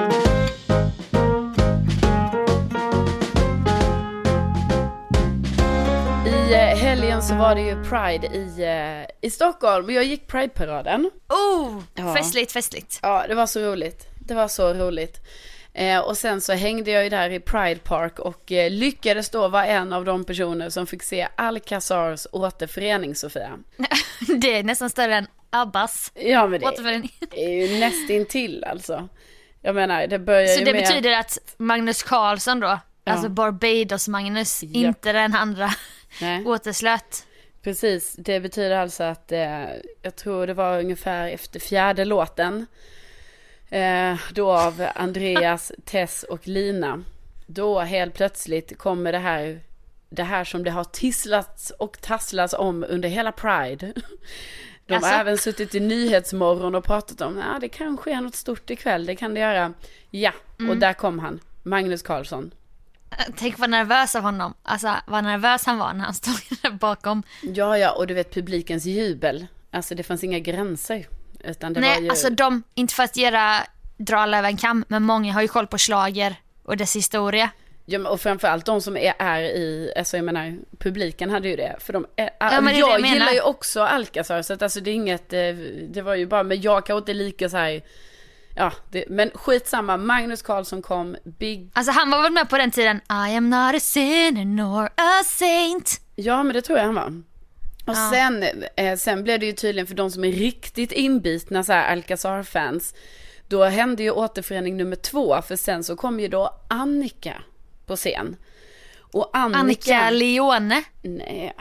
I eh, helgen så var det ju Pride i, eh, i Stockholm, och jag gick Pride-paraden. Oh, Ja. festligt, festligt. Ja, det var så roligt. Det var så roligt. Eh, och sen så hängde jag ju där i Pride Park och eh, lyckades då vara en av de personer som fick se Alcazars återförening, Sofia. Det är nästan större än Abbas Ja, men det återförening. är ju nästintill alltså. Jag menar, det börjar Så ju det med... betyder att Magnus Carlsson då, alltså Barbados-Magnus, Japp. inte den andra Nej. återslöt. Precis, det betyder alltså att eh, jag tror det var ungefär efter fjärde låten eh, då av Andreas, Tess och Lina, då helt plötsligt kommer det här det här som det har tisslats och tasslats om under hela Pride. De Alltså? har även suttit i Nyhetsmorgon och pratat om att ah, det kanske är något stort ikväll, det kan det göra. Ja, och där kom han, Magnus Carlsson. Tänk vad nervös av honom. Alltså vad nervös han var när han stod där bakom. Ja, ja, och du vet publikens jubel. Alltså det fanns inga gränser. Utan det Nej, var ju... alltså de, inte för att göra dra alla över en kam, men många har ju koll på slager och dess historia. Ja, och framförallt de som är, är i, alltså jag menar, publiken hade ju det. För de är, ja, men jag, jag gillar ju också Alcazar, så att alltså det är inget, det var ju bara, men jag kan inte lika så här, ja, det, men skitsamma, Magnus Carlsson kom, big... Alltså han var väl med på den tiden, I am not a sinner nor a saint. Ja, men det tror jag han var. Och ja. sen, eh, sen blev det ju tydligen för de som är riktigt inbitna så här Alcazar-fans, då hände ju återförening nummer två, för sen så kom ju då Annika på scen. Och Annika... Annika Leone? Nej.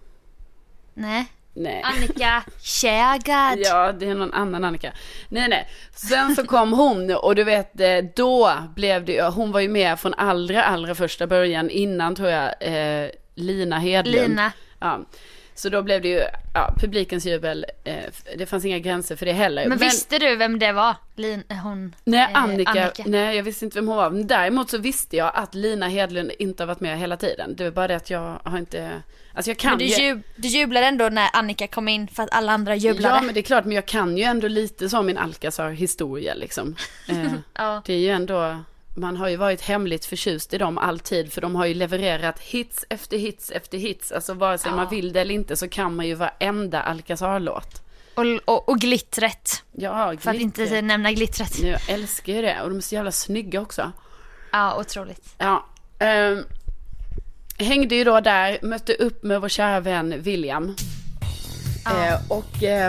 Nej. Nej. Annika Kärgard. Ja, det är någon annan Annika. Nej, nej. Sen så kom hon och du vet, då blev det, hon var ju med från allra, allra första början innan tror jag, eh, Lina Hedlund. Lina. Ja. Så då blev det ju, ja, publikens jubel, eh, det fanns inga gränser för det heller. Men, Men visste du vem det var? Lin, hon, nej, Annika, eh, Annika. Nej, jag visste inte vem hon var. Men däremot så visste jag att Lina Hedlund inte har varit med hela tiden. Det var bara det att jag har inte... Alltså jag kan men du, ju... jub, du jublade ändå när Annika kom in för att alla andra jublade. Ja, men det är klart, men jag kan ju ändå lite som min Alcazar-historia liksom. Eh, ja. Det är ju ändå... Man har ju varit hemligt förtjust i dem alltid, för de har ju levererat hits efter hits efter hits. Alltså vare sig ja. man vill det eller inte så kan man ju varenda Alcazar-låt. Och, och, och glittret. Ja, glitter. För att inte nämna glittret. Jag älskar ju det, och de är så jävla snygga också. Ja, otroligt. Ja, eh, hängde ju då där, mötte upp med vår kära vän William. Ja. Eh, och eh,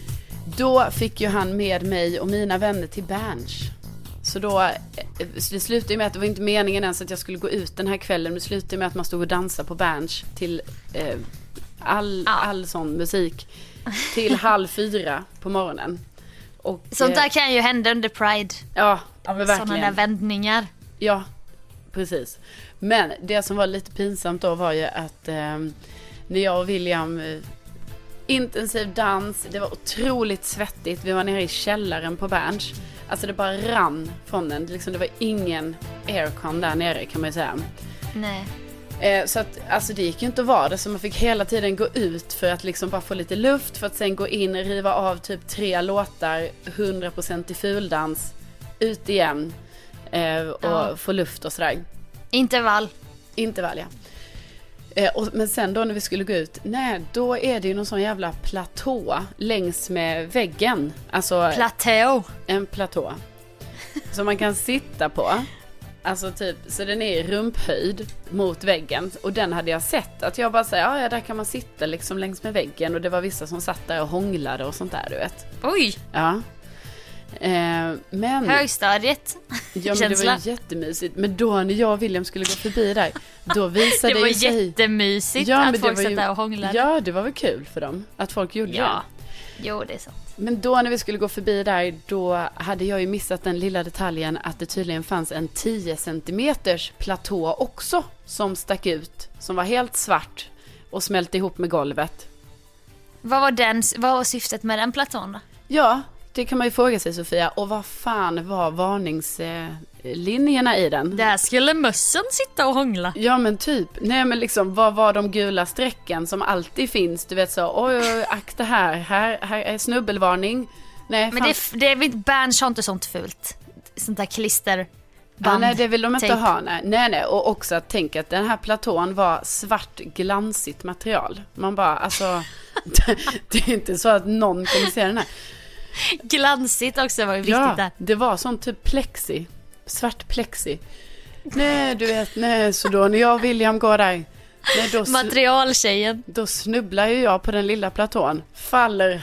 då fick ju han med mig och mina vänner till Berns. Så då, det slutade med att det var inte meningen ens att jag skulle gå ut den här kvällen. Det slutade med att man stod och dansade på Berns till eh, all, ja. all sån musik till halv fyra på morgonen. Och, sånt där kan ju hända under Pride. Ja, ja men verkligen. Sådana där vändningar. Ja, precis. Men det som var lite pinsamt då var ju att eh, när jag och William... Eh, intensiv dans, det var otroligt svettigt. Vi var nere i källaren på Berns. Alltså det bara rann från den. Liksom, det var ingen aircon där nere kan man ju säga. Nej. Eh, så att, alltså det gick ju inte att vara det. Så man fick hela tiden gå ut för att liksom bara få lite luft. För att sen gå in och riva av typ tre låtar. hundra procent i fuldans. Ut igen. Eh, och ja. få luft och sådär. Intervall. Intervall, ja. Eh, och, men sen då när vi skulle gå ut, nej, då är det ju någon sån jävla platå längs med väggen. Alltså platå. En platå som man kan sitta på. Alltså typ, så den är i rumphöjd mot väggen. Och den hade jag sett, att jag bara säger, ja, ja där kan man sitta liksom längs med väggen. Och det var vissa som satt där och hånglade och sånt där, du vet. Oj! Ja. Eh, men, högstadiet. Ja, men det var ju jättemysigt. Men då när jag och William skulle gå förbi där, då visade det var det sig... jättemysigt ja, att folk satt där och hånglade. Ja, det var väl kul för dem att folk gjorde ja. det. Jo, det är sant. Men då när vi skulle gå förbi där, då hade jag ju missat den lilla detaljen att det tydligen fanns en tio centimeters platå också som stack ut, som var helt svart och smälte ihop med golvet. Vad var, den, vad var syftet med den platån då? Ja, det kan man ju fråga sig, Sofia. Och vad fan var varningslinjerna i den? Där skulle mössen sitta och hångla. Ja, men typ. Nej, men liksom, vad var de gula strecken som alltid finns? Du vet så, oj, oj, akta här. Här, här är snubbelvarning. Nej, men det, det är inte, Berns har inte sånt fult. Sånt där klister. Ja, nej, det vill de inte tape. ha. Nej. nej, nej. Och också att tänka att den här platån var svart glansigt material. Man bara, alltså, det, det är inte så att någon kommer se den här. Glansigt också var ju viktigt ja, där. Det var sån typ plexi. Svart plexi. Nej, du vet, nej. Så då när jag och William går där. Nej, då, materialtjejen. Då snubblar ju jag på den lilla platån. Faller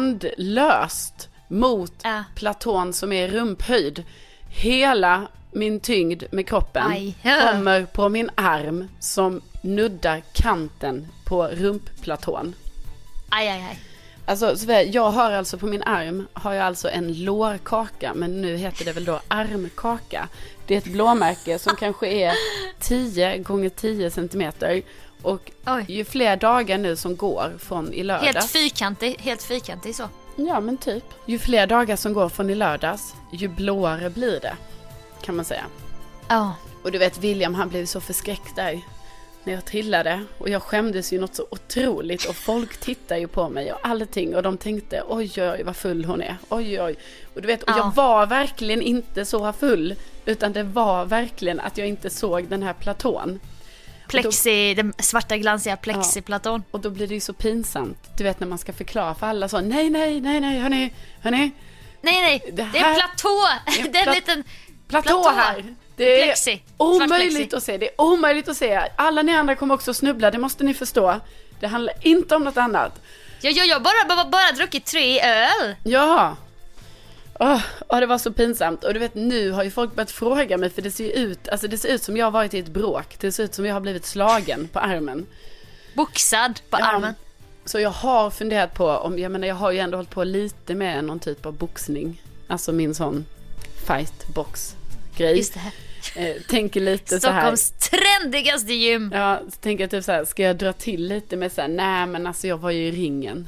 handlöst mot ja. platån som är rumphöjd. Hela min tyngd med kroppen Aj, ja. kommer på min arm som nuddar kanten på rumpplatån. Aj, aj, aj. Alltså, jag har alltså på min arm har jag alltså en lårkaka, men nu heter det väl då armkaka. Det är ett blåmärke som kanske är tio gånger tio centimeter. Och Oj. ju fler dagar nu som går från i lördags. Helt fyrkantig, helt fyrkantig så. Ja, men typ. Ju fler dagar som går från i lördags, ju blåare blir det, kan man säga. Ja. Oh. Och du vet, William, han blev så förskräckt där när jag trillade. Och jag skämdes ju något så otroligt. Och folk tittar ju på mig och allting. Och de tänkte, oj, oj, vad full hon är. Oj, oj. Och du vet, och ja. jag var verkligen inte så full. utan det var verkligen att jag inte såg den här platån. Plexi, då, den svarta glansiga plexiplatån. Ja, och då blir det ju så pinsamt. Du vet när man ska förklara för alla så, nej, nej, nej, nej, hörni, hörni. Nej, nej, det, det är platå. Det är en plat- liten platå, platå här. Det är plexi. omöjligt plexi. att se. Det är omöjligt att se. Alla ni andra kommer också snubbla, det måste ni förstå. Det handlar inte om något annat. Ja, jag har bara, bara, bara druckit tre öl. Ja. Åh, oh, det var så pinsamt. Och du vet, nu har ju folk börjat fråga mig, för det ser ju ut, alltså det ser ut som jag har varit i ett bråk. Det ser ut som jag har blivit slagen på armen. Boxad på ja, armen. Så jag har funderat på, om jag menar jag har ju ändå hållit på lite med någon typ av boxning. Alltså min sån fightbox-grej. Just det här. Eh, tänker lite Stockholms så här. trendigaste gym. Ja, så tänker jag typ så här, ska jag dra till lite med så här, nej men alltså jag var ju i ringen.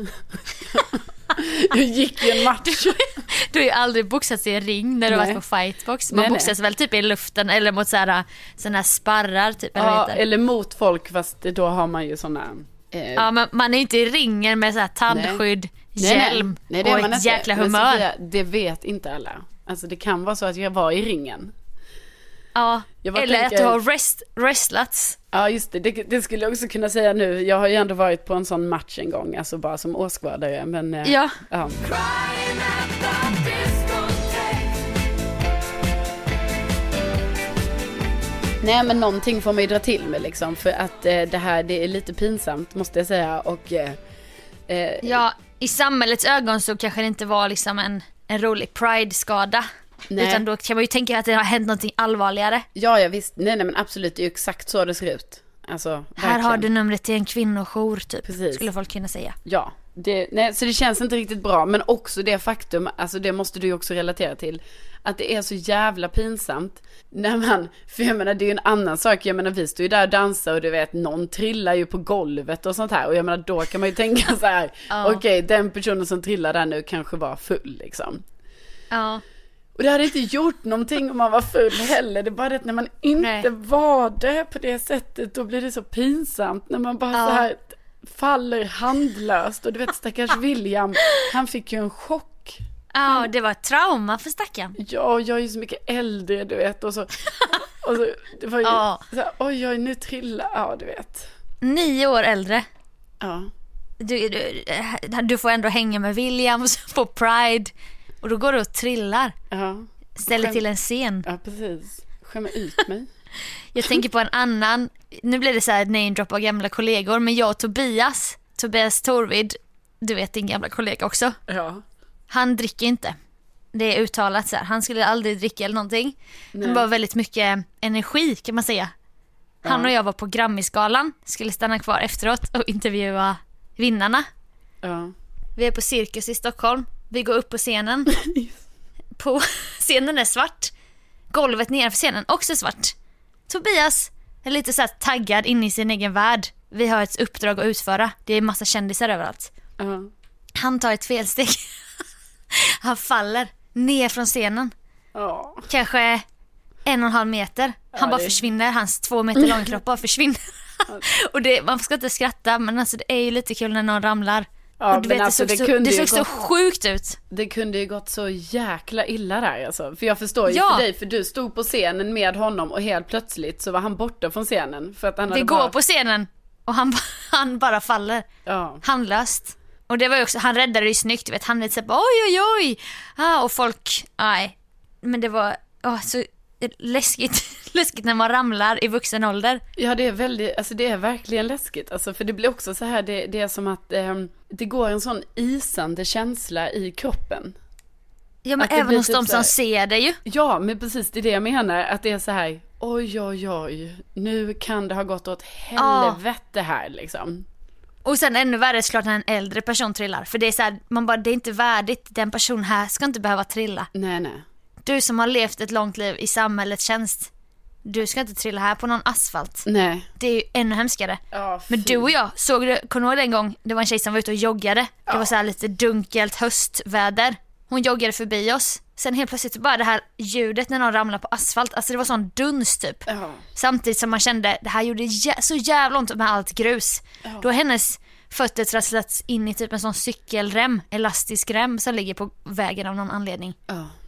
Jag gick i en match. Du har ju aldrig boxats i en ring när du Nej. varit på fightbox. Man Nej, boxas nej. väl typ i luften eller mot så här, såna här sparrar typ. Eller, Ja, vad heter. eller mot folk, fast då har man ju såna eh, Ja, men man är ju inte i ringen med så här tandskydd, nej, hjälm nej, det är och man ett inte. jäkla Men humör. Sofia, det vet inte alla. Alltså det kan vara så att jag var i ringen. Ja, Jag bara eller tänker- att du har rest, wrestlats. Ja just det, det, det skulle jag också kunna säga nu. Jag har ju ändå varit på en sån match en gång, alltså bara som åskådare. Men, eh, Ja. ja. Nej men någonting får man ju dra till med liksom, för att eh, det här, det är lite pinsamt måste jag säga. Och eh, eh, Ja, i samhällets ögon så kanske det inte var liksom en, en rolig pride-skada. Nej. Utan då kan man ju tänka att det har hänt någonting allvarligare. ja, jag visst, nej, nej men absolut, det är ju exakt så det ser ut. Alltså, Här verkligen. har du numret till en kvinnojour typ, Precis. skulle folk kunna säga. Ja, det, nej, så det känns inte riktigt bra. Men också det faktum, alltså det måste du ju också relatera till, att det är så jävla pinsamt när man, för jag menar det är ju en annan sak, jag menar vi står ju där och dansar och du vet, någon trillar ju på golvet och sånt här, och jag menar då kan man ju tänka så här, Ja. okej, okay, den personen som trillar där nu kanske var full liksom. Ja. Och det hade inte gjort någonting om man var full heller. Det är bara det att när man inte Nej. var det på det sättet, då blir det så pinsamt. När man bara Ja. så här faller handlöst. Och du vet, stackars William, han fick ju en chock. Ja, det var ett trauma för stackaren. Ja, jag är ju så mycket äldre, du vet. Och så, och så det var ju Ja. så här, oj, oj, nu trillar. Ja, du vet. Nio år äldre. Ja. Du, du, du får ändå hänga med Williams på Pride. Och då går du och trillar. Ja, Ställer Skäm- till en scen. ja precis. Skämmer ut mig. Jag tänker på en annan. Nu blir det så här name drop av gamla kollegor. Men jag och Tobias, Tobias Torvid, du vet din gamla kollega också. Ja. Han dricker inte. Det är uttalat så här. Han skulle aldrig dricka eller någonting. Nej. Han var väldigt mycket energi kan man säga. Han Ja. och jag var på Grammisgalan. Skulle stanna kvar efteråt och intervjua vinnarna. Ja. Vi är på Cirkus i Stockholm. Vi går upp på scenen. På scenen är svart. Golvet nedanför scenen också svart. Tobias är lite så här taggad in i sin egen värld. Vi har ett uppdrag att utföra. Det är massa kändisar överallt. Ja. Han tar ett felsteg. Han faller ner från scenen. Ja. Kanske en och en halv meter. Han Ja, bara det- försvinner. Hans två meter lång kropp bara försvinner. Och det, man ska inte skratta, men alltså det är ju lite kul när någon ramlar. Ja, Och du men vet, alltså, det såg, det så, kunde det ju såg så gått- sjukt ut. Det kunde ju gått så jäkla illa där alltså. För jag förstår ju Ja. för dig, för du stod på scenen med honom och helt plötsligt så var han borta från scenen. För att han Vi hade går bara... på scenen och han, han bara faller. Ja. Handlöst. Och det var ju också, han räddade det ju snyggt, du vet. Han lite så här, oj oj oj. Ah, och folk, nej. Men det var åh, så läskigt. Läskigt när man ramlar i vuxen ålder. Ja, det är väldigt, alltså det är verkligen läskigt. Alltså, för det blir också så här, det, det är som att eh, det går en sån isande känsla i kroppen. Ja, men Att det även blir hos typ de så här- som ser det ju. Ja, men precis det är det jag menar. Att det är så här, oj oj oj, nu kan det ha gått åt helvete här liksom. Och sen ännu värre är såklart när en äldre person trillar. För det är så här, man bara, det är inte värdigt. Den person här ska inte behöva trilla. Nej, nej. Du som har levt ett långt liv i samhällets tjänst. Du ska inte trilla här på någon asfalt. Nej. Det är ju ännu hemskare. Ja, Men fy. du och jag, såg du, kommer du ihåg en gång? Det var en tjej som var ute och joggade. Det var så här lite dunkelt höstväder. Hon joggade förbi oss. Sen helt plötsligt bara det här ljudet när någon ramlar på asfalt. Alltså det var sån duns typ. Ja. Samtidigt som man kände, det här gjorde jä- så jävla ont med allt grus. Då har hennes fötter trasslats in i typ en sån cykelrem, elastisk rem som ligger på vägen av någon anledning. Ja.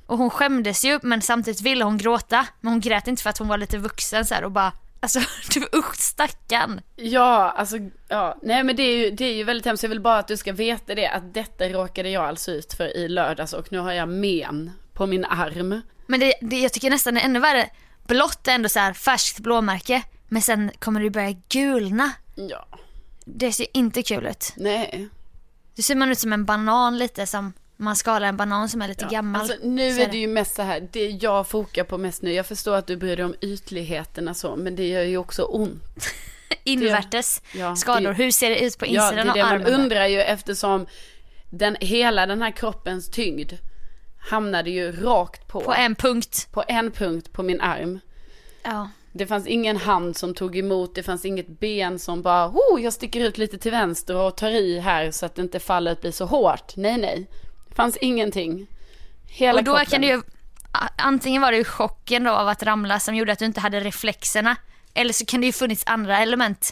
Och hon skämdes ju, men samtidigt ville hon gråta. Men hon grät inte för att hon var lite vuxen så här, och bara, alltså du usch stackarn. Ja, alltså, ja, nej men det är ju, det är ju väldigt hemskt. Jag vill bara att du ska veta det, att detta råkade jag alltså ut för i lördags och nu har jag men på min arm. Men det, det jag tycker nästan är ännu värre. Blått är ändå så här färskt blåmärke, men sen kommer det börja gulna. Ja. Det ser inte kul ut. Nej. Det ser man ut som en banan lite, som man skalar en banan som är lite Ja. gammal. Alltså, nu så är det ju mest så här, det jag fokar på mest nu. Jag förstår att du bryr dig om ytligheterna så, men det gör ju också ont. Invärtes ja, skador. det, Hur ser det ut på insidan ja, det är av det armen? man undrar ju, eftersom den, hela den här kroppens tyngd hamnade ju rakt på. På en punkt. På en punkt på min arm. Ja. Det fanns ingen hand som tog emot, det fanns inget ben som bara, oh, jag sticker ut lite till vänster och tar i här så att inte fallet blir så hårt. Nej, nej. Det fanns ingenting. Hela och då kroppen. kan det ju, antingen var det ju chocken då av att ramla som gjorde att du inte hade reflexerna, eller så kan det ju funnits andra element.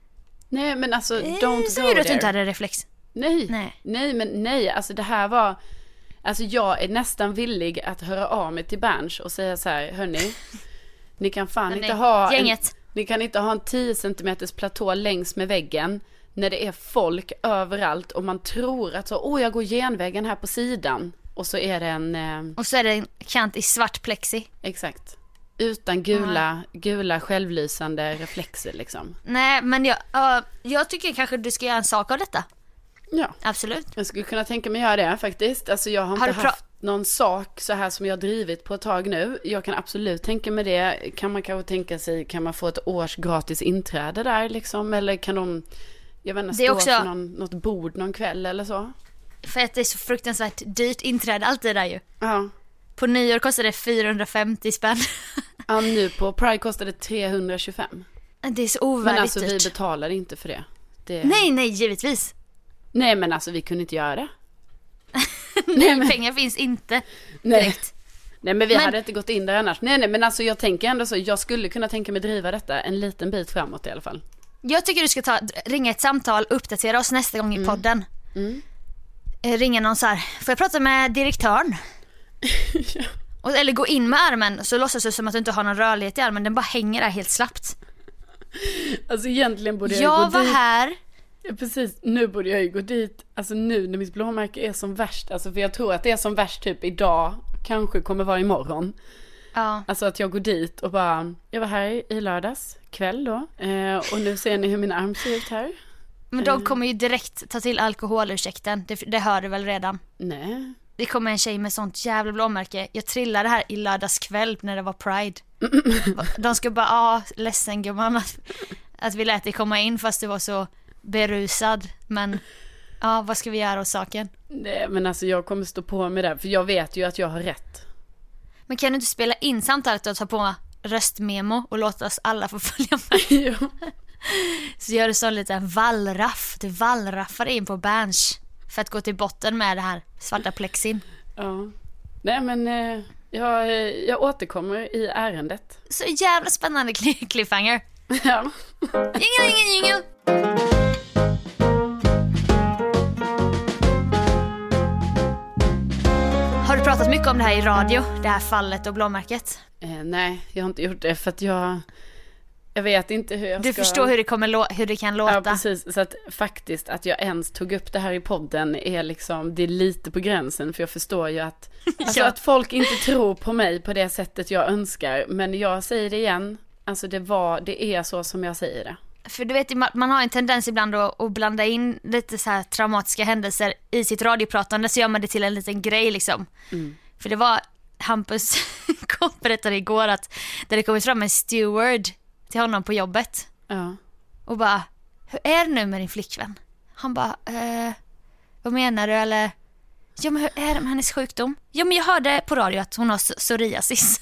Nej, men alltså, Eh, don't så go gjorde att du there. inte hade reflex. Nej, Nej. nej, men nej, alltså det här var, alltså jag är nästan villig att höra av mig till Berns och säga så här, hörni, ni kan fan Hörni, inte ha en, gänget. ni kan inte ha en tio centimeters platå längs med väggen när det är folk överallt och man tror att så, åh, jag går genvägen här på sidan och så är det en eh, Och så är det en kant i svart plexi. exakt, utan gula, gula självlysande reflexer liksom. Nej, men jag, uh, jag tycker kanske du ska göra en sak av detta. Ja, Absolut. jag skulle kunna tänka mig göra det faktiskt. Alltså jag har, Har inte du pra- haft någon sak så här som jag har drivit på ett tag nu. Jag kan absolut tänka mig det. Kan man kanske tänka sig, kan man få ett års gratis inträde där liksom? Eller kan de, jag vet inte, Det är stå också- för någon, något bord någon kväll eller så? För att det är så fruktansvärt dyrt inträde alltid där ju. Ja. På nyår kostar det fyrahundrafemtio spänn. Ja, nu på Pride kostade det trehundratjugofem. Det är så Men ovärdigt alltså vi dyrt. betalar inte för det. det. Nej, nej, givetvis. Nej, men alltså vi kunde inte göra det. Nej, men- pengar finns inte Nej. direkt. Nej, men vi Men- hade inte gått in där annars. Nej, nej, men alltså jag tänker ändå så, jag skulle kunna tänka mig driva detta en liten bit framåt i alla fall. Jag tycker du ska ta, ringa ett samtal, uppdatera oss nästa gång i podden. Mm. Eh, Ringa någon så här, får jag prata med direktören? Ja. Och, eller gå in med armen, så låtsas du som att du inte har någon rörlighet i armen. Den bara hänger där helt slappt. Alltså egentligen borde jag, Jag gå var dit. här. Ja, precis, nu borde jag ju gå dit. Alltså nu när mitt blåmärke är som värst. Alltså för jag tror att det är som värst typ idag. Kanske kommer vara imorgon. Ja. Alltså att jag går dit och bara, jag var här i lördags kväll då. Eh, och nu ser ni hur min arm ser ut här. Men de kommer ju direkt ta till alkoholursäkten. Det, det hör du väl redan. Nej. Det kommer en tjej med sånt jävla blåmärke. Jag trillade här i lördags kväll när det var Pride. De ska bara, ja, ledsen gumman att, att vi lät dig komma in fast du var så berusad. Men ja, vad ska vi göra åt saken? Nej, men alltså jag kommer stå på mig där. För jag vet ju att jag har rätt. Men kan du inte spela in samtalet och ta på röstmemo och låta oss alla få följa med? Ja. Så gör du så en liten vallraff. Du vallraffar in på Berns för att gå till botten med det här svarta plexin. Ja. Nej, men eh, jag, jag återkommer i ärendet. Så jävla spännande cli- cliffhanger. Ja. Jingel, jingel, jingel. Har du pratat mycket om det här i radio? Det här fallet och blåmärket? Eh, nej, jag har inte gjort det för att jag, jag vet inte hur jag Du ska... förstår hur det, kommer lå- hur det kan låta. Ja, precis. Så att faktiskt att jag ens tog upp det här i podden är liksom, det är lite på gränsen. För jag förstår ju att, alltså Ja. att folk inte tror på mig på det sättet jag önskar. Men jag säger det igen, alltså det var, det är så som jag säger det. För du vet, man har en tendens ibland att, att blanda in lite så här traumatiska händelser i sitt radiopratande, så gör man det till en liten grej liksom. Mm. För det var Hampus kom berättade igår att där det kommit fram en steward till honom på jobbet Ja. och bara, hur är det nu med din flickvän? Han bara, eh, vad menar du? Eller, ja men hur är det med hennes sjukdom? Ja men jag hörde på radio att hon har ps- psoriasis.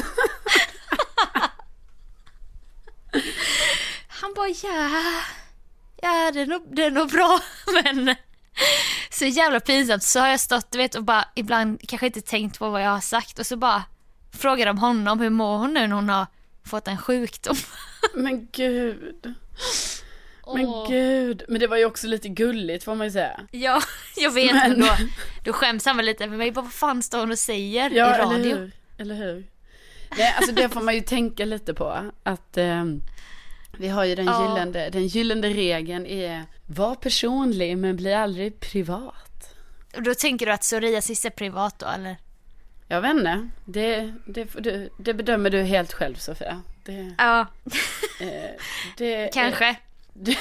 Han bara, ja, ja det är nog, det är nog bra, men så jävla pinsamt. Så har jag stått, du vet, och bara ibland kanske inte tänkt på vad jag har sagt, och så bara frågar de honom, hur mår hon nu när hon har fått en sjukdom? Men gud. Men Åh. gud, men det var ju också lite gulligt får man ju säga. Ja, jag vet, men, men då, då skäms han väl lite för mig. Vad fan står hon och säger ja, i radio? Eller hur? Eller hur? Nej, alltså det får man ju tänka lite på. Att eh, vi har ju den ja. gyllene, den gyllene regeln är var personlig men bli aldrig privat. Och då tänker du att psoriasis är privat då, eller? Jag vet inte. Det, det, det, det bedömer du helt själv, Sofia. Det, ja. eh, det, Kanske. Eh, det,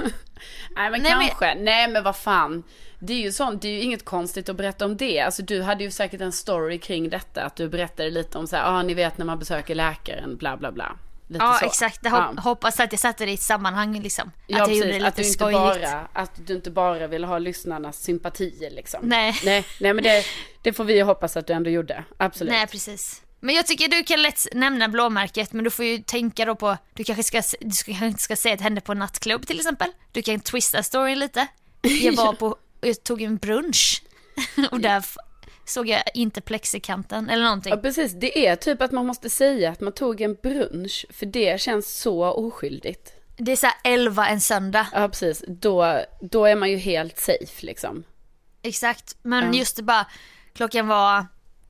nej men Nej, kanske. Men... Nej men vad fan. Det är ju sånt, det är ju inget konstigt att berätta om det. Alltså du hade ju säkert en story kring detta. Att du berättade lite om så här, ja ah, ni vet när man besöker läkaren, bla bla bla. Lite ja så. Exakt, jag hop- ja. hoppas att jag satte det i ett sammanhang liksom. Att Ja, jag precis. gjorde det lite att du inte skojigt. bara, att du inte bara vill ha lyssnarnas sympatier liksom. Nej. Nej, nej men det, det får vi ju hoppas att du ändå gjorde. Absolut. Nej, precis. Men jag tycker du kan lätt nämna blåmärket, men du får ju tänka då på, du kanske ska, du kanske inte ska säga att det hände på en nattklubb till exempel. Du kan twista storyn lite. Jag var på, jag tog en brunch och där f- såg jag inte plexikanten eller någonting. Ja, precis. Det är typ att man måste säga att man tog en brunch, för det känns så oskyldigt. Det är så här elva en söndag. Ja, precis. Då, då är man ju helt safe liksom. Exakt, men ja. just det bara, klockan var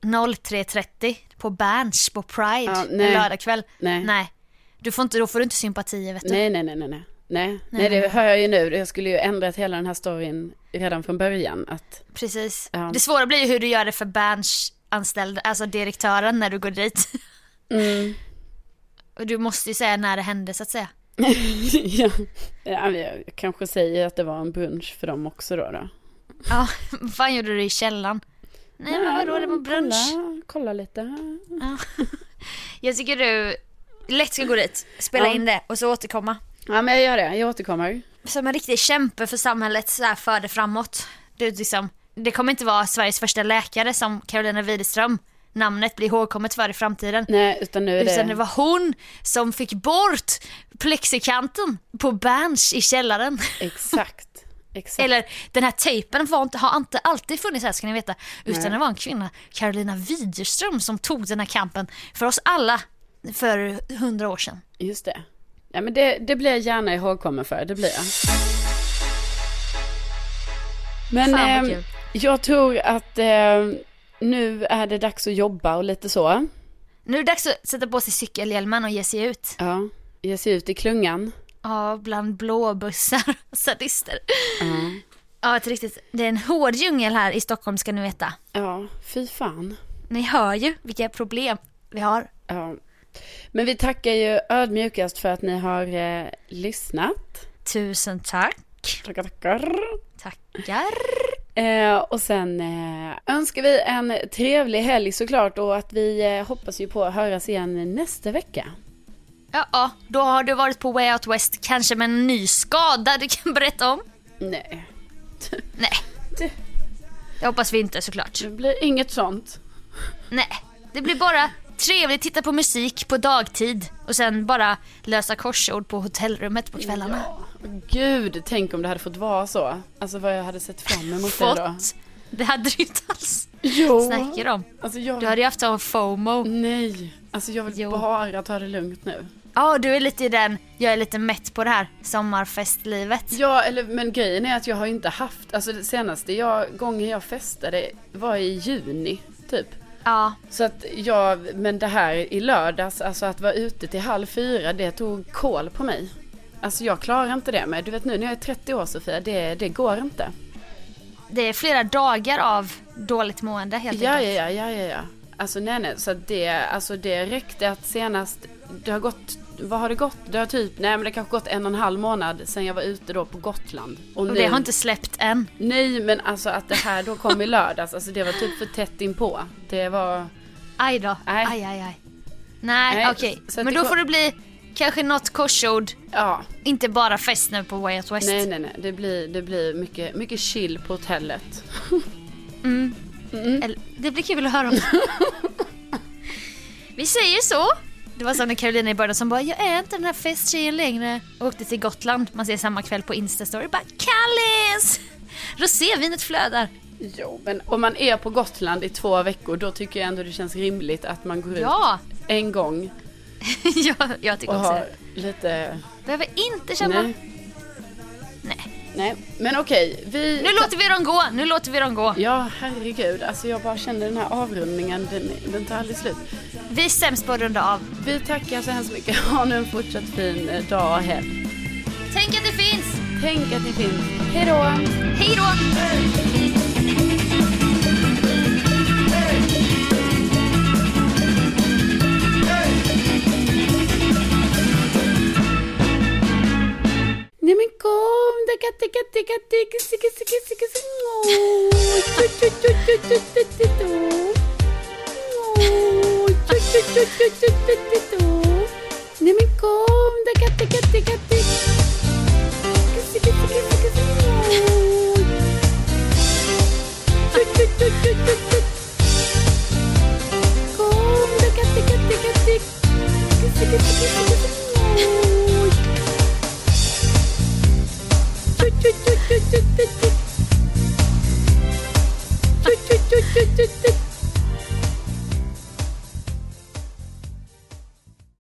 tre trettio på Berns på Pride, ja, en lördagkväll. Nej. Nej. Du får inte, då får du inte sympatier, vet du. Nej, nej, nej, nej, nej. Nej, nej, nej, det nej. hör jag ju nu. Jag skulle ju ändrat hela den här storyn redan från början. Att, Precis. ja. Det svåra blir ju hur du gör det för Berns anställda, alltså direktören, när du går dit. Mm. Och du måste ju säga när det hände, så att säga. ja. ja, jag kanske säger att det var en brunch för dem också då. då. Ja, vad fan gjorde du i källan? Nej, ja, men vadå, det var brunch. Kolla, kolla lite. Ja. Jag tycker du lätt ska gå dit, spela ja. in det och så återkomma. Ja, men jag gör det. Jag återkommer. Som en riktig kämpe för samhället, så här för det framåt. Det, är liksom, det kommer inte vara Sveriges första läkare som Karolina Widerström. Namnet blir ihågkommet för i framtiden. Nej, utan nu är det... Utan det var hon som fick bort plexikanten på Berns i källaren. Exakt. Exakt. Eller den här tejpen var inte, har inte alltid funnits här, ska ni veta. Utan Nej. Det var en kvinna, Karolina Widerström, som tog den här kampen för oss alla för hundra år sedan. Just det. Ja, men det, det blir jag gärna ihågkommen för, det blir jag. Men eh, jag tror att eh, nu är det dags att jobba och lite så. Nu är det dags att sätta på sig cykelhjälmen och ge sig ut. Ja, ge sig ut i klungan. Ja, bland blåbussar och sadister. Ja. Ja, ett riktigt, det är en hård djungel här i Stockholm, ska ni veta. Ja, fy fan. Ni hör ju vilka problem vi har. Ja. Men vi tackar ju ödmjukast för att ni har eh, lyssnat. Tusen tack. Tackar, tackar. Tackar. Eh, och sen eh, önskar vi en trevlig helg såklart, och att vi eh, hoppas ju på att höras igen nästa vecka. Ja, ja, då har du varit på Way Out West, kanske med en ny skada du kan berätta om. Nej. Nej. Det hoppas vi inte, såklart. Det blir inget sånt. Nej, det blir bara trevligt, titta på musik på dagtid och sen bara lösa korsord på hotellrummet på kvällarna. Ja. Gud, tänk om det hade fått vara så. Alltså vad jag hade sett fram emot fått. Det då. Det hade du inte alls. Jo. Snackar om. Alltså jag... Du hade ju haft en FOMO. Nej, alltså jag vill jo. bara ta det lugnt nu. Ja, du är lite i den, jag är lite mätt på det här sommarfestlivet. Ja, eller, men grejen är att jag har inte haft, alltså det senaste jag, gången jag festade var i juni, typ. Ja. Så att jag, men det här i lördags, alltså att vara ute till halv fyra, det tog kål på mig. Alltså jag klarar inte det, men du vet nu när jag är trettio år, Sofia, det, det går inte. Det är flera dagar av dåligt mående helt ja, enkelt. Ja, ja, ja, ja. Alltså nej, nej, så att det, alltså det räckte att senast, det har gått, vad har det gått? Det har typ, nej men det kanske gått en och en halv månad sedan jag var ute då på Gotland. Och, och nu, det har inte släppt än. Nej, men alltså att det här då kom i lördags, alltså det var typ för tätt inpå. Det var... Aj då, nej. aj, aj, aj. Nej, okej. Okay. Men då kom... får det bli kanske något korsord. Ja. Inte bara fest nu på Way Out West. Nej, nej, nej. Det blir, det blir mycket, mycket chill på hotellet. Mm. Mm. Eller, det blir kul att höra om. Vi säger så. Det var som när Karolina i början som bara, jag är inte den här festtjejen längre. Och åkte till Gotland. Man ser samma kväll på Instastory. Bara, Kallis! Rosévinet flödar. Jo, men om man är på Gotland i två veckor, då tycker jag ändå det känns rimligt att man går ja. ut en gång. Ja, jag tycker och också har lite... behöver inte känna... Nej. Nej, men okej. Vi... Nu låter vi dem gå, nu låter vi dem gå. Ja, herregud. Alltså jag bara känner den här avrundningen, den, den tar aldrig slut. Vi är sämst på att runda av. Vi tackar så hemskt mycket. Ha nu en fortsatt fin dag och helg. Tänk att det finns. Tänk att det finns. Hej då. Hej då. Nej men kom, det kan ticka ticka ticka ticka ticka ticka ticka. Nej men kom, det kan